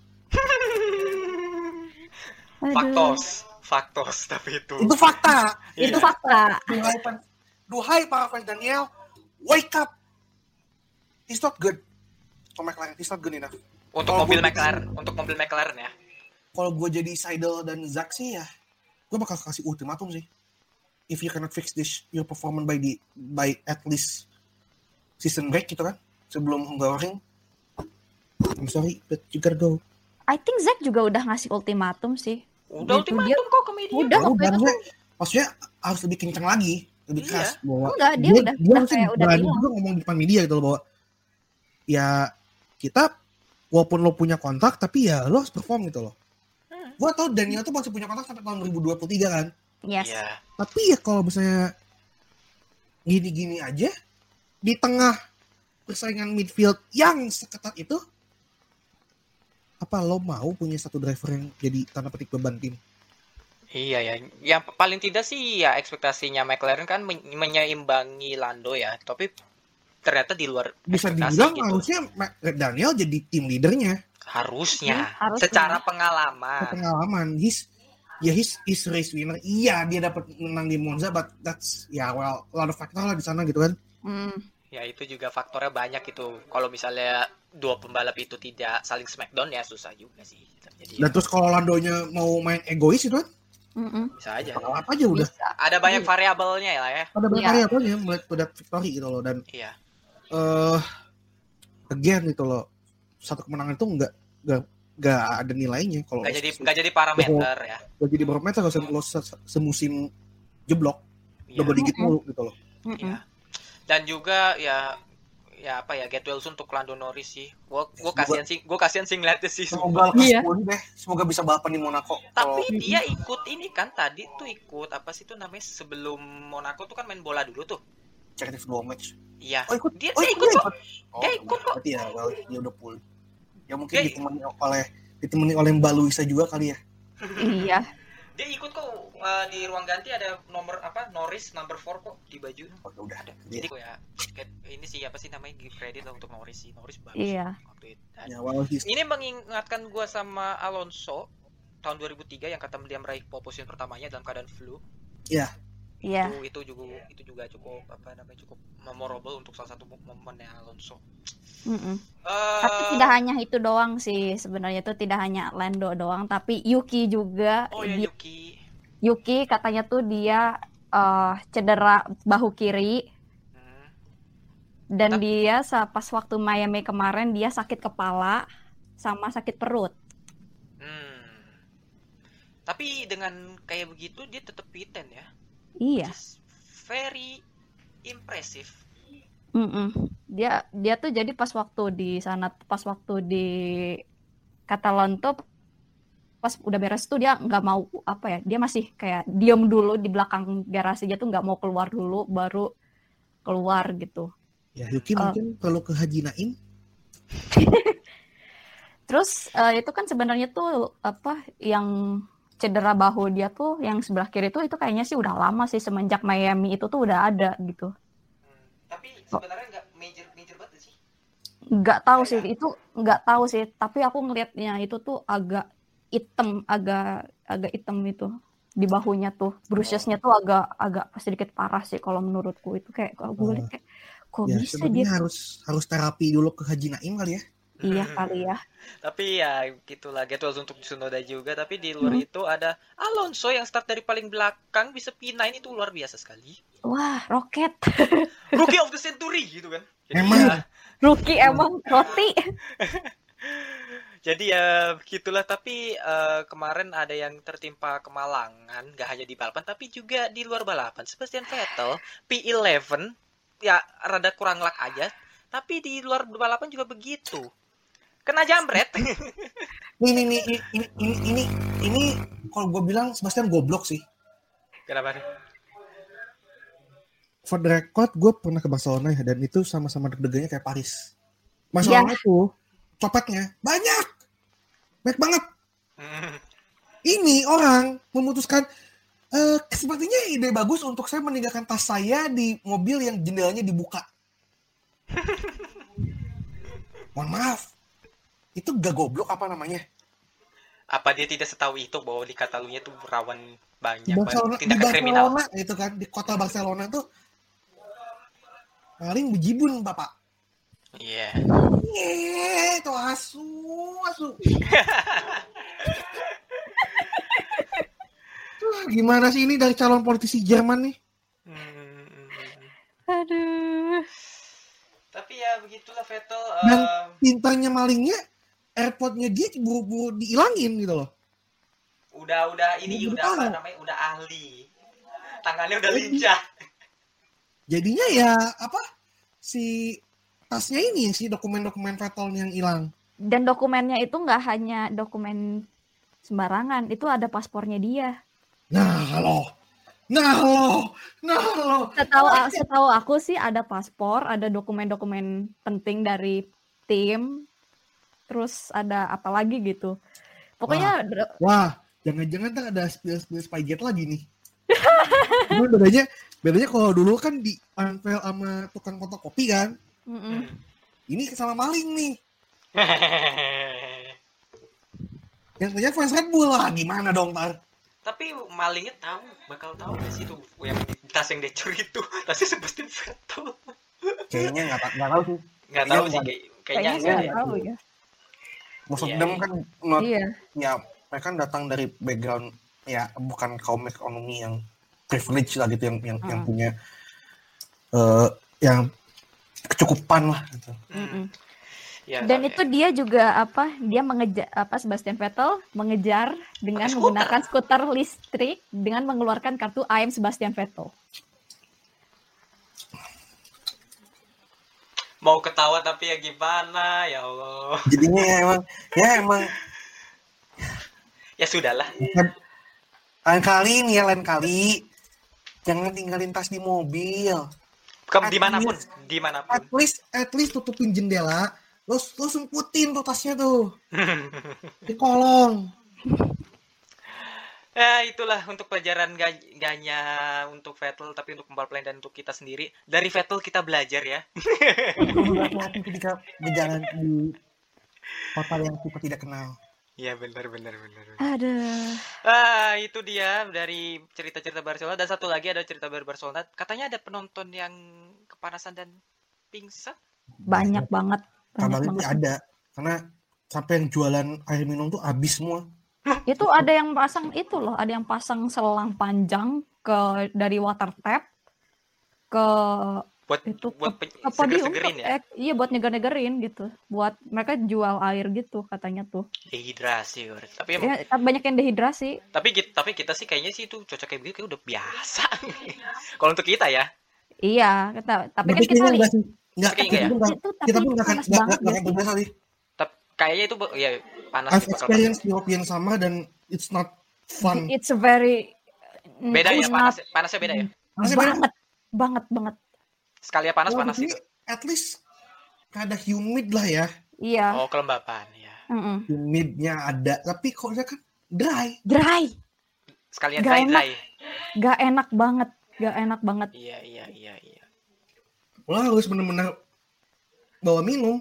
Aduh. Faktos, faktos tapi itu. Itu fakta. Iya. Itu fakta. Duhai, fans- duhai para fans Daniel, wake up. It's not good. For McLaren, it's not good enough. Untuk Kalau mobil gua- McLaren, untuk mobil McLaren ya. Kalau gue jadi Seidel dan Zak sih ya, gue bakal kasih ultimatum sih. If you cannot fix this your performance by the by at least season break gitu kan, sebelum Hungaroring, I'm sorry, but you gotta go. I think Zack juga udah ngasih ultimatum sih. Udah Gitu, ultimatum kok ke media. Udah Lalu waktu itu maksudnya, maksudnya harus lebih kencang lagi, lebih Iya. keras bahwa enggak dia, udah dia udah harusnya kayak udah berani bilang. juga ngomong di depan media gitu loh bahwa ya kita walaupun lo punya kontrak tapi ya lo harus perform gitu loh. Hmm. Gue tau Daniel tuh masih punya kontrak sampai tahun dua ribu dua puluh tiga kan. Yes. Iya. Tapi ya kalau misalnya gini-gini aja di tengah persaingan midfield yang seketat itu, apa lo mau punya satu driver yang jadi tanda petik beban tim? Iya ya. Yang paling tidak sih ya ekspektasinya McLaren kan men- menyeimbangi Lando ya. Tapi ternyata di luar Bisa ekspektasi dibilang gitu. harusnya Ma- Daniel jadi tim leadernya. Harusnya. Hmm, harusnya. Secara pengalaman. Pengalaman, his ya his his race winner. Iya dia dapat menang di Monza, but that's ya well a lot of factor lah di sana gitu kan. Hmm. Ya itu juga faktornya banyak itu. Kalau misalnya dua pembalap itu tidak saling smackdown ya susah juga sih. Jadi Dan terus kalau Landonya mau main egois itu kan, Mm-mm. bisa aja. balap aja udah. Bisa. Ada banyak variabelnya lah ya. Ada banyak Iya. variabelnya mulai pada victory gitu loh. Dan Iya. eh again gitu loh, satu kemenangan itu nggak nggak nggak ada nilainya kalau Gak jadi gak jadi parameter ya. nggak jadi barometer kalau se- lo se- semusim jeblok Iya. double digit mulu gitu loh. Mm-mm. Iya. Dan juga ya ya apa ya get well soon untuk Lando Norris sih. Gua gua Semoga- kasihan sih, gua kasihan sih ngeliatnya sih. Semoga Iya. lekas deh, semoga bisa balapan di Monaco. Tapi Kalau- dia ikut ini kan tadi tuh ikut apa sih tuh namanya sebelum Monaco tuh kan main bola dulu tuh. Charity dua match. Iya. Oh ikut, Dia, oh, dia ikut, ikut dia kok. ikut. Oh, Dia ikut kok. Berarti ya, well, dia udah full. Ya mungkin Dia- ditemani oleh ditemani oleh Mbak Luisa juga kali ya. Iya. Dia ikut kok uh, di ruang ganti ada nomor apa Norris number four kok di baju. Oh, ya udah. Jadi Dia, kok ya kayak ini sih apa sih namanya give credit lah untuk Norris sih. Norris bagus Iya. waktu itu. Dan ya, well, he's- ini mengingatkan gua sama Alonso tahun dua ribu tiga yang kata dia meraih pole position pertamanya dalam keadaan flu. ya, Iya. Itu itu juga itu juga cukup apa namanya cukup memorable untuk salah satu momennya Alonso. Mm-mm. Eh, Tapi tidak hanya itu doang sih sebenarnya, itu tidak hanya Lando doang, tapi Yuki juga. Oh ya Di- Yuki. Yuki katanya tuh dia eh, cedera bahu kiri Hmm. dan Tapi- dia sa- pas waktu Miami kemarin dia sakit kepala sama sakit perut. Hmm. Tapi dengan kayak begitu dia tetap piten ya. Iya. Which is very impressive. Mm-mm. Dia dia tuh jadi pas waktu di sana, pas waktu di Catalan tuh pas udah beres tuh dia nggak mau apa ya, dia masih kayak diem dulu di belakang garasi, dia tuh nggak mau keluar dulu baru keluar gitu. ya Yuki Oh. mungkin perlu ke Haji Naim. Terus eh, itu kan sebenarnya tuh apa yang cedera bahu dia tuh yang sebelah kiri tuh itu kayaknya sih udah lama sih, semenjak Miami itu tuh udah ada gitu. Hmm. Tapi sebenarnya nggak major major banget sih. Nggak tahu sih itu, nggak tahu sih, tapi aku ngelihatnya itu tuh agak hitam, agak agak hitam itu di bahunya tuh, bruisesnya tuh agak agak sedikit parah sih kalau menurutku. Itu kayak kalau gue liat kayak kok Ya bisa sebenarnya dia. harus harus terapi dulu ke Haji Naim kali ya. Iya kali ya. Tapi ya gitulah get well untuk Tsunoda juga. Tapi di luar Hmm. itu ada Alonso yang start dari paling belakang bisa P sembilan itu luar biasa sekali. Wah, roket. Rookie of the century gitu kan. Jadi Emang. ya, Rookie emang roti. jadi ya begitulah. Tapi eh, kemarin ada yang tertimpa kemalangan, gak hanya di balapan tapi juga di luar balapan. Sebastian Vettel P eleven ya rada kurang luck aja. Tapi di luar balapan juga begitu. Kena jambret. Nih nih nih ini ini ini ini, ini kalau gue bilang Sebastian goblok sih. Kenapa nih? For the record, gue pernah ke Barcelona ya, dan itu sama-sama deg-degannya kayak Paris. Masalahnya tuh copetnya banyak, banyak banget. Hmm. Ini orang memutuskan eh sepertinya ide bagus untuk saya meninggalkan tas saya di mobil yang jendelanya dibuka. Mohon maaf, itu gak goblok apa namanya? Apa dia tidak setahu itu bahwa di Catalunya tuh rawan banyak Di Barcelona, di tindakan kriminal? Barcelona gitu kan, di kota Barcelona tuh paling bejibun bapak. Iya. Yeay, tuh asu, asu. Tuh, gimana sih ini dari calon politisi Jerman nih? Hmm. Aduh. Tapi ya begitulah Vettel. Dan eh, pintarnya malingnya, airpodnya dia buru-buru dihilangin gitu loh. udah udah ini Udah udah apa tahu. namanya udah ahli. Tangannya udah lincah. Jadinya ya apa si tasnya ini si dokumen-dokumen Vettel yang hilang. Dan dokumennya itu nggak hanya dokumen sembarangan, itu ada paspornya dia. Nah lo, nah lo, nah lo. Setahu setahu aku sih ada paspor, ada dokumen-dokumen penting dari tim, terus ada apa lagi gitu. Pokoknya do- Wah, jangan-jangan ntar ada spill-spill Spygate lagi nih. Cuma bedanya, bedanya kalau dulu kan di unveil sama tukang fotokopi kan, Mm-mm. ini sama maling nih. Yang punya fans Red Bull lah, gimana dong tar? Tapi malingnya tahu, bakal tahu nggak sih tuh yang tas yang dia curi itu tasnya Sebastian Vettel. Kayaknya nggak nggak tahu sih. Nggak Iya, tahu sih, nggak- kayak, Kayaknya Kayaknya sih enggak nggak ya. tahu ya. Most of Iya, them iya. kan not, Iya. ya mereka kan datang dari background ya bukan kaum ekonomi yang privilege lah gitu, yang yang, yang Mm-mm. punya eh yang kecukupan lah gitu. Mm-mm. Ya, Dan tapi itu dia juga apa? Dia mengejar apa Sebastian Vettel mengejar dengan pakai skuter. menggunakan skuter listrik dengan mengeluarkan kartu I am Sebastian Vettel. Mau ketawa tapi ya gimana, ya Allah. Jadinya ya emang ya emang Ya sudahlah. lain kali nih ya lain kali jangan tinggalin tas di mobil. Ke At dimanapun, least- dimanapun. At least at least tutupin jendela, lo lo semputin tuh tasnya tuh di kolong. Ya itulah untuk pelajaran ga- ganya untuk Vettel, tapi untuk pembalap lain dan untuk kita sendiri. Dari Vettel kita belajar ya. Hati-hati ketika berjalan di kota yang kita tidak kenal. Iya benar benar benar. Aduh. Ah itu dia dari cerita-cerita Barcelona, dan satu lagi ada cerita dari Barcelona. Katanya ada penonton yang kepanasan dan pingsan. Banyak banget. Banyak Kabarnya banget. sih ada, karena sampai yang jualan air minum tuh habis semua. Itu ada yang pasang itu loh, ada yang pasang selang panjang ke dari water tap ke Buat itu buat ke, pe- ke podium, seger-segerin ke- ya. eh, iya buat neger-negerin gitu, buat mereka jual air gitu katanya tuh. Dehidrasi. Ur. Tapi Ya, banyak yang dehidrasi. tapi kita, tapi kita sih kayaknya sih itu cuaca kayak begitu kayak udah biasa. Kalau untuk kita ya. Iya, kita, tapi kan Tapi kita kayaknya li- enggak sih. Enggak, Tapi kita enggak ya? pun enggak, itu tapi kita pun enggak akan panas enggak banget enggak gak akan sih? terbiasa sih. Tapi kayaknya itu be- ya panas I've sih bakal panas. experienced European summer dan it's not fun. It's a very Beda ya it's panas, not panasnya beda ya. Panasnya beda. banget, banget banget. Sekali panas Kalau panas di sini, gitu. at least ada humid lah ya. Iya, Oh kelembapan ya. mm-mm. Humidnya ada, tapi kok dia kan dry. Dry, Sekalian Gak dry enak. dry. gak enak banget, gak enak banget. Iya iya iya iya. Lo harus benar-benar bawa minum.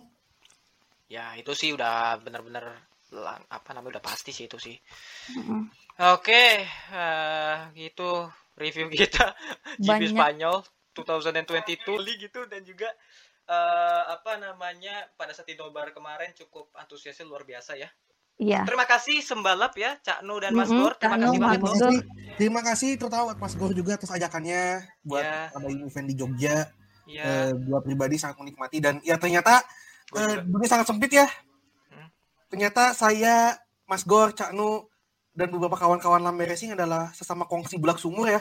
Ya itu sih udah benar-benar lang- apa namanya udah pasti sih itu sih. Mm-mm. Oke, eh, gitu review kita G P Banyak. Spanyol dua ribu dua puluh dua gitu, dan juga eh, apa namanya pada saat di nobar kemarin cukup antusiasnya luar biasa ya. Iya. Terima kasih Sembalap ya, Cak Nu dan Mas Mm-mm, Gor. Terima Cak kasih Nu, banget Mas loh. Gor. Terima kasih terutama buat Mas Gor juga atas ajakannya buat Ya. adain event di Jogja. Ya, Eh, gua pribadi sangat menikmati dan ya ternyata gua eh, juga. dunia sangat sempit ya. Hmm. Ternyata saya, Mas Gor, Cak Nu, dan beberapa kawan-kawan Lambe Racing adalah sesama kongsi bulak sumur ya.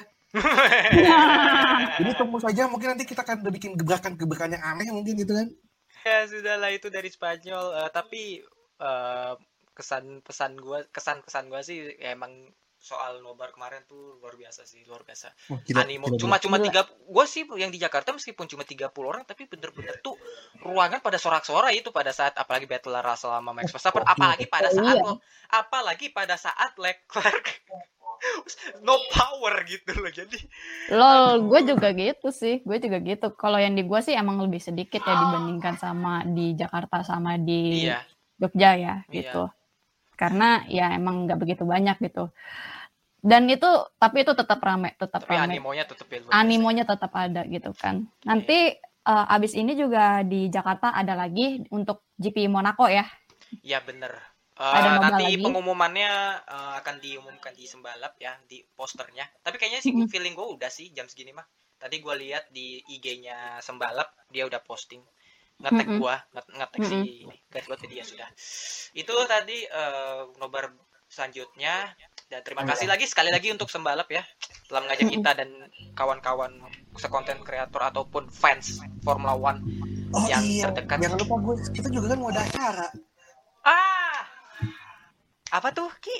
Jadi tunggu saja, mungkin nanti kita akan udah bikin gebrakan-gebrakan yang aneh mungkin gitu kan. Ya sudahlah itu dari Spanyol. Eh, tapi eh, kesan pesan gua, kesan kesan gua sih ya emang soal nobar kemarin tuh luar biasa sih, luar biasa. Oh, gila, Animo gila, cuma cuma Gila. tiga, gue sih yang di Jakarta meskipun cuma tiga puluh orang tapi bener-bener tuh ruangan pada sorak-sorai itu pada saat apalagi Battle Russell sama Max Verstappen, Oh, apalagi pada oh, saat iya. lo- apalagi pada saat Leclerc no power gitu loh. Jadi Lol, gue juga gitu sih, gue juga gitu. Kalau yang di gue sih emang lebih sedikit ya dibandingkan sama di Jakarta sama di iya Jogja ya Iya. gitu. Karena ya emang nggak begitu banyak gitu. Dan itu tapi itu tetap rame, tetap tapi rame. animonya tetap ya luar biasa. Animonya tetap ada gitu kan. Nanti eh, abis ini juga di Jakarta ada lagi untuk G P Monaco ya. Iya bener. Eh, Ada nobar nanti lagi. pengumumannya eh, akan diumumkan di Sembalap ya, di posternya. Tapi kayaknya sih Mm-mm. feeling gue udah sih jam segini mah. Tadi gue lihat di I G-nya Sembalap dia udah posting. Ngetek Mm-mm. gua, nge- ngetek si ini. Guys buat dia sudah. Itu tadi eh, nobar selanjutnya. Dan terima kasih lagi sekali lagi untuk Sembalap ya telah mengajak kita dan kawan-kawan sekonten kreator ataupun fans Formula One. Oh Yang iya, terdekat. jangan lupa gue, kita juga kan mau ada acara. Ah, apa tuh Ki?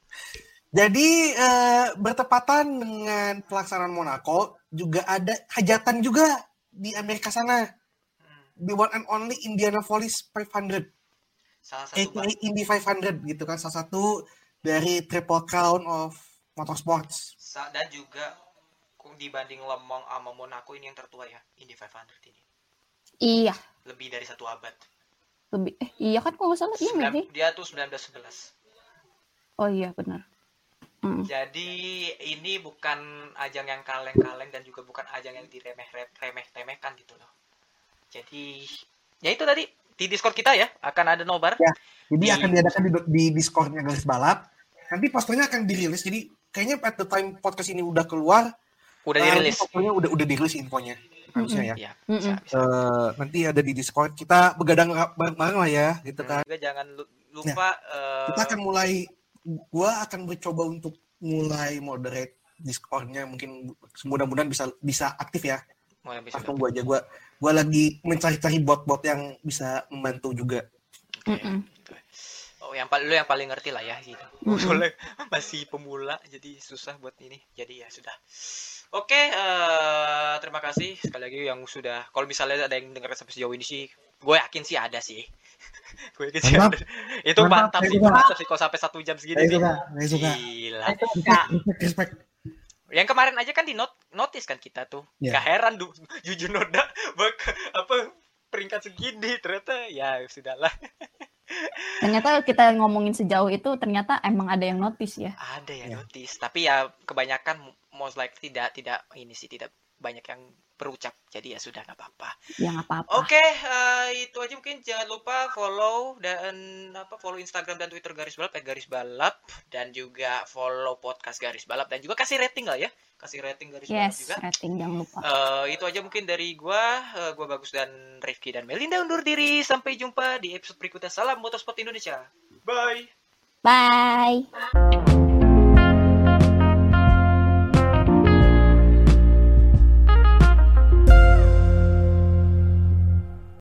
Jadi eh, bertepatan dengan pelaksanaan Monaco juga ada hajatan juga di Amerika sana. The one and only Indianapolis lima ratus, Salah satu aka Indy lima ratus gitu kan, salah satu dari Triple Crown of Motorsports. Sa- dan juga kok dibanding Le Mans sama Monaco ini yang tertua ya, Indy lima ratus ini Iya, lebih dari satu abad. lebih eh iya kan kalau nggak salah iya nggak sih? Sembilan- dia tuh sembilan belas sebelas. Oh iya benar. Mm. Jadi ini bukan ajang yang kaleng-kaleng dan juga bukan ajang yang diremeh-remeh-temehkan gitu loh. Jadi ya itu tadi di Discord kita ya akan ada nobar. Ya, jadi Di- akan diadakan di, di Discord-nya Garis Balap. Nanti posternya akan dirilis. Jadi kayaknya at the time podcast ini udah keluar, Udah eh, dirilis. posternya udah udah dirilis infonya. Harusnya ya. Ya, Mm-mm. bisa, bisa. Eh, nanti ada di Discord, kita begadang bareng-bareng lah ya, gitu kan. Juga jangan lu- lupa eh, Kita akan mulai, gua akan mencoba untuk mulai moderate Discord-nya, mungkin mudah-mudahan bisa bisa aktif ya. mulai bisa. Langsung gua aja, gua gua lagi mencari-cari bot-bot yang bisa membantu juga. Mm-mm. Oh, yang paling lu yang paling ngerti lah ya gitu. Mm-mm. Soalnya masih pemula jadi susah buat ini. Jadi ya sudah. Oke, eh, terima kasih sekali lagi yang sudah. Kalau misalnya ada yang dengar sampai sejauh ini sih, gue yakin sih ada sih. Gue yakin sih Mantap. ada. Itu Mantap, mantap saya sih, suka. mantap sih kalau sampai satu jam segini Saya sih. suka, saya suka. Gila. Respect, respect. Yang kemarin aja kan di not notice kan kita tuh. Ya. Gak heran du, jujur Noda bak apa peringkat segini ternyata ya sudahlah. Ternyata kita ngomongin sejauh itu ternyata emang ada yang notice ya. Ada yang Ya. notice, tapi ya kebanyakan most likely tidak tidak ini sih tidak banyak yang berucap. Jadi ya sudah nggak apa-apa. Ya nggak apa-apa. Oke, eh, itu aja mungkin jangan lupa follow dan apa follow Instagram dan Twitter Garis Balap at Garis Balap dan juga follow podcast Garis Balap dan juga kasih rating lah ya. Kasih rating Garis Balap Yes, juga. rating jangan lupa. Eh, itu aja mungkin dari gua, eh, gua Bagus dan Rifki dan Melinda undur diri. Sampai jumpa di episode berikutnya. Salam Motorsport Indonesia. Bye. Bye.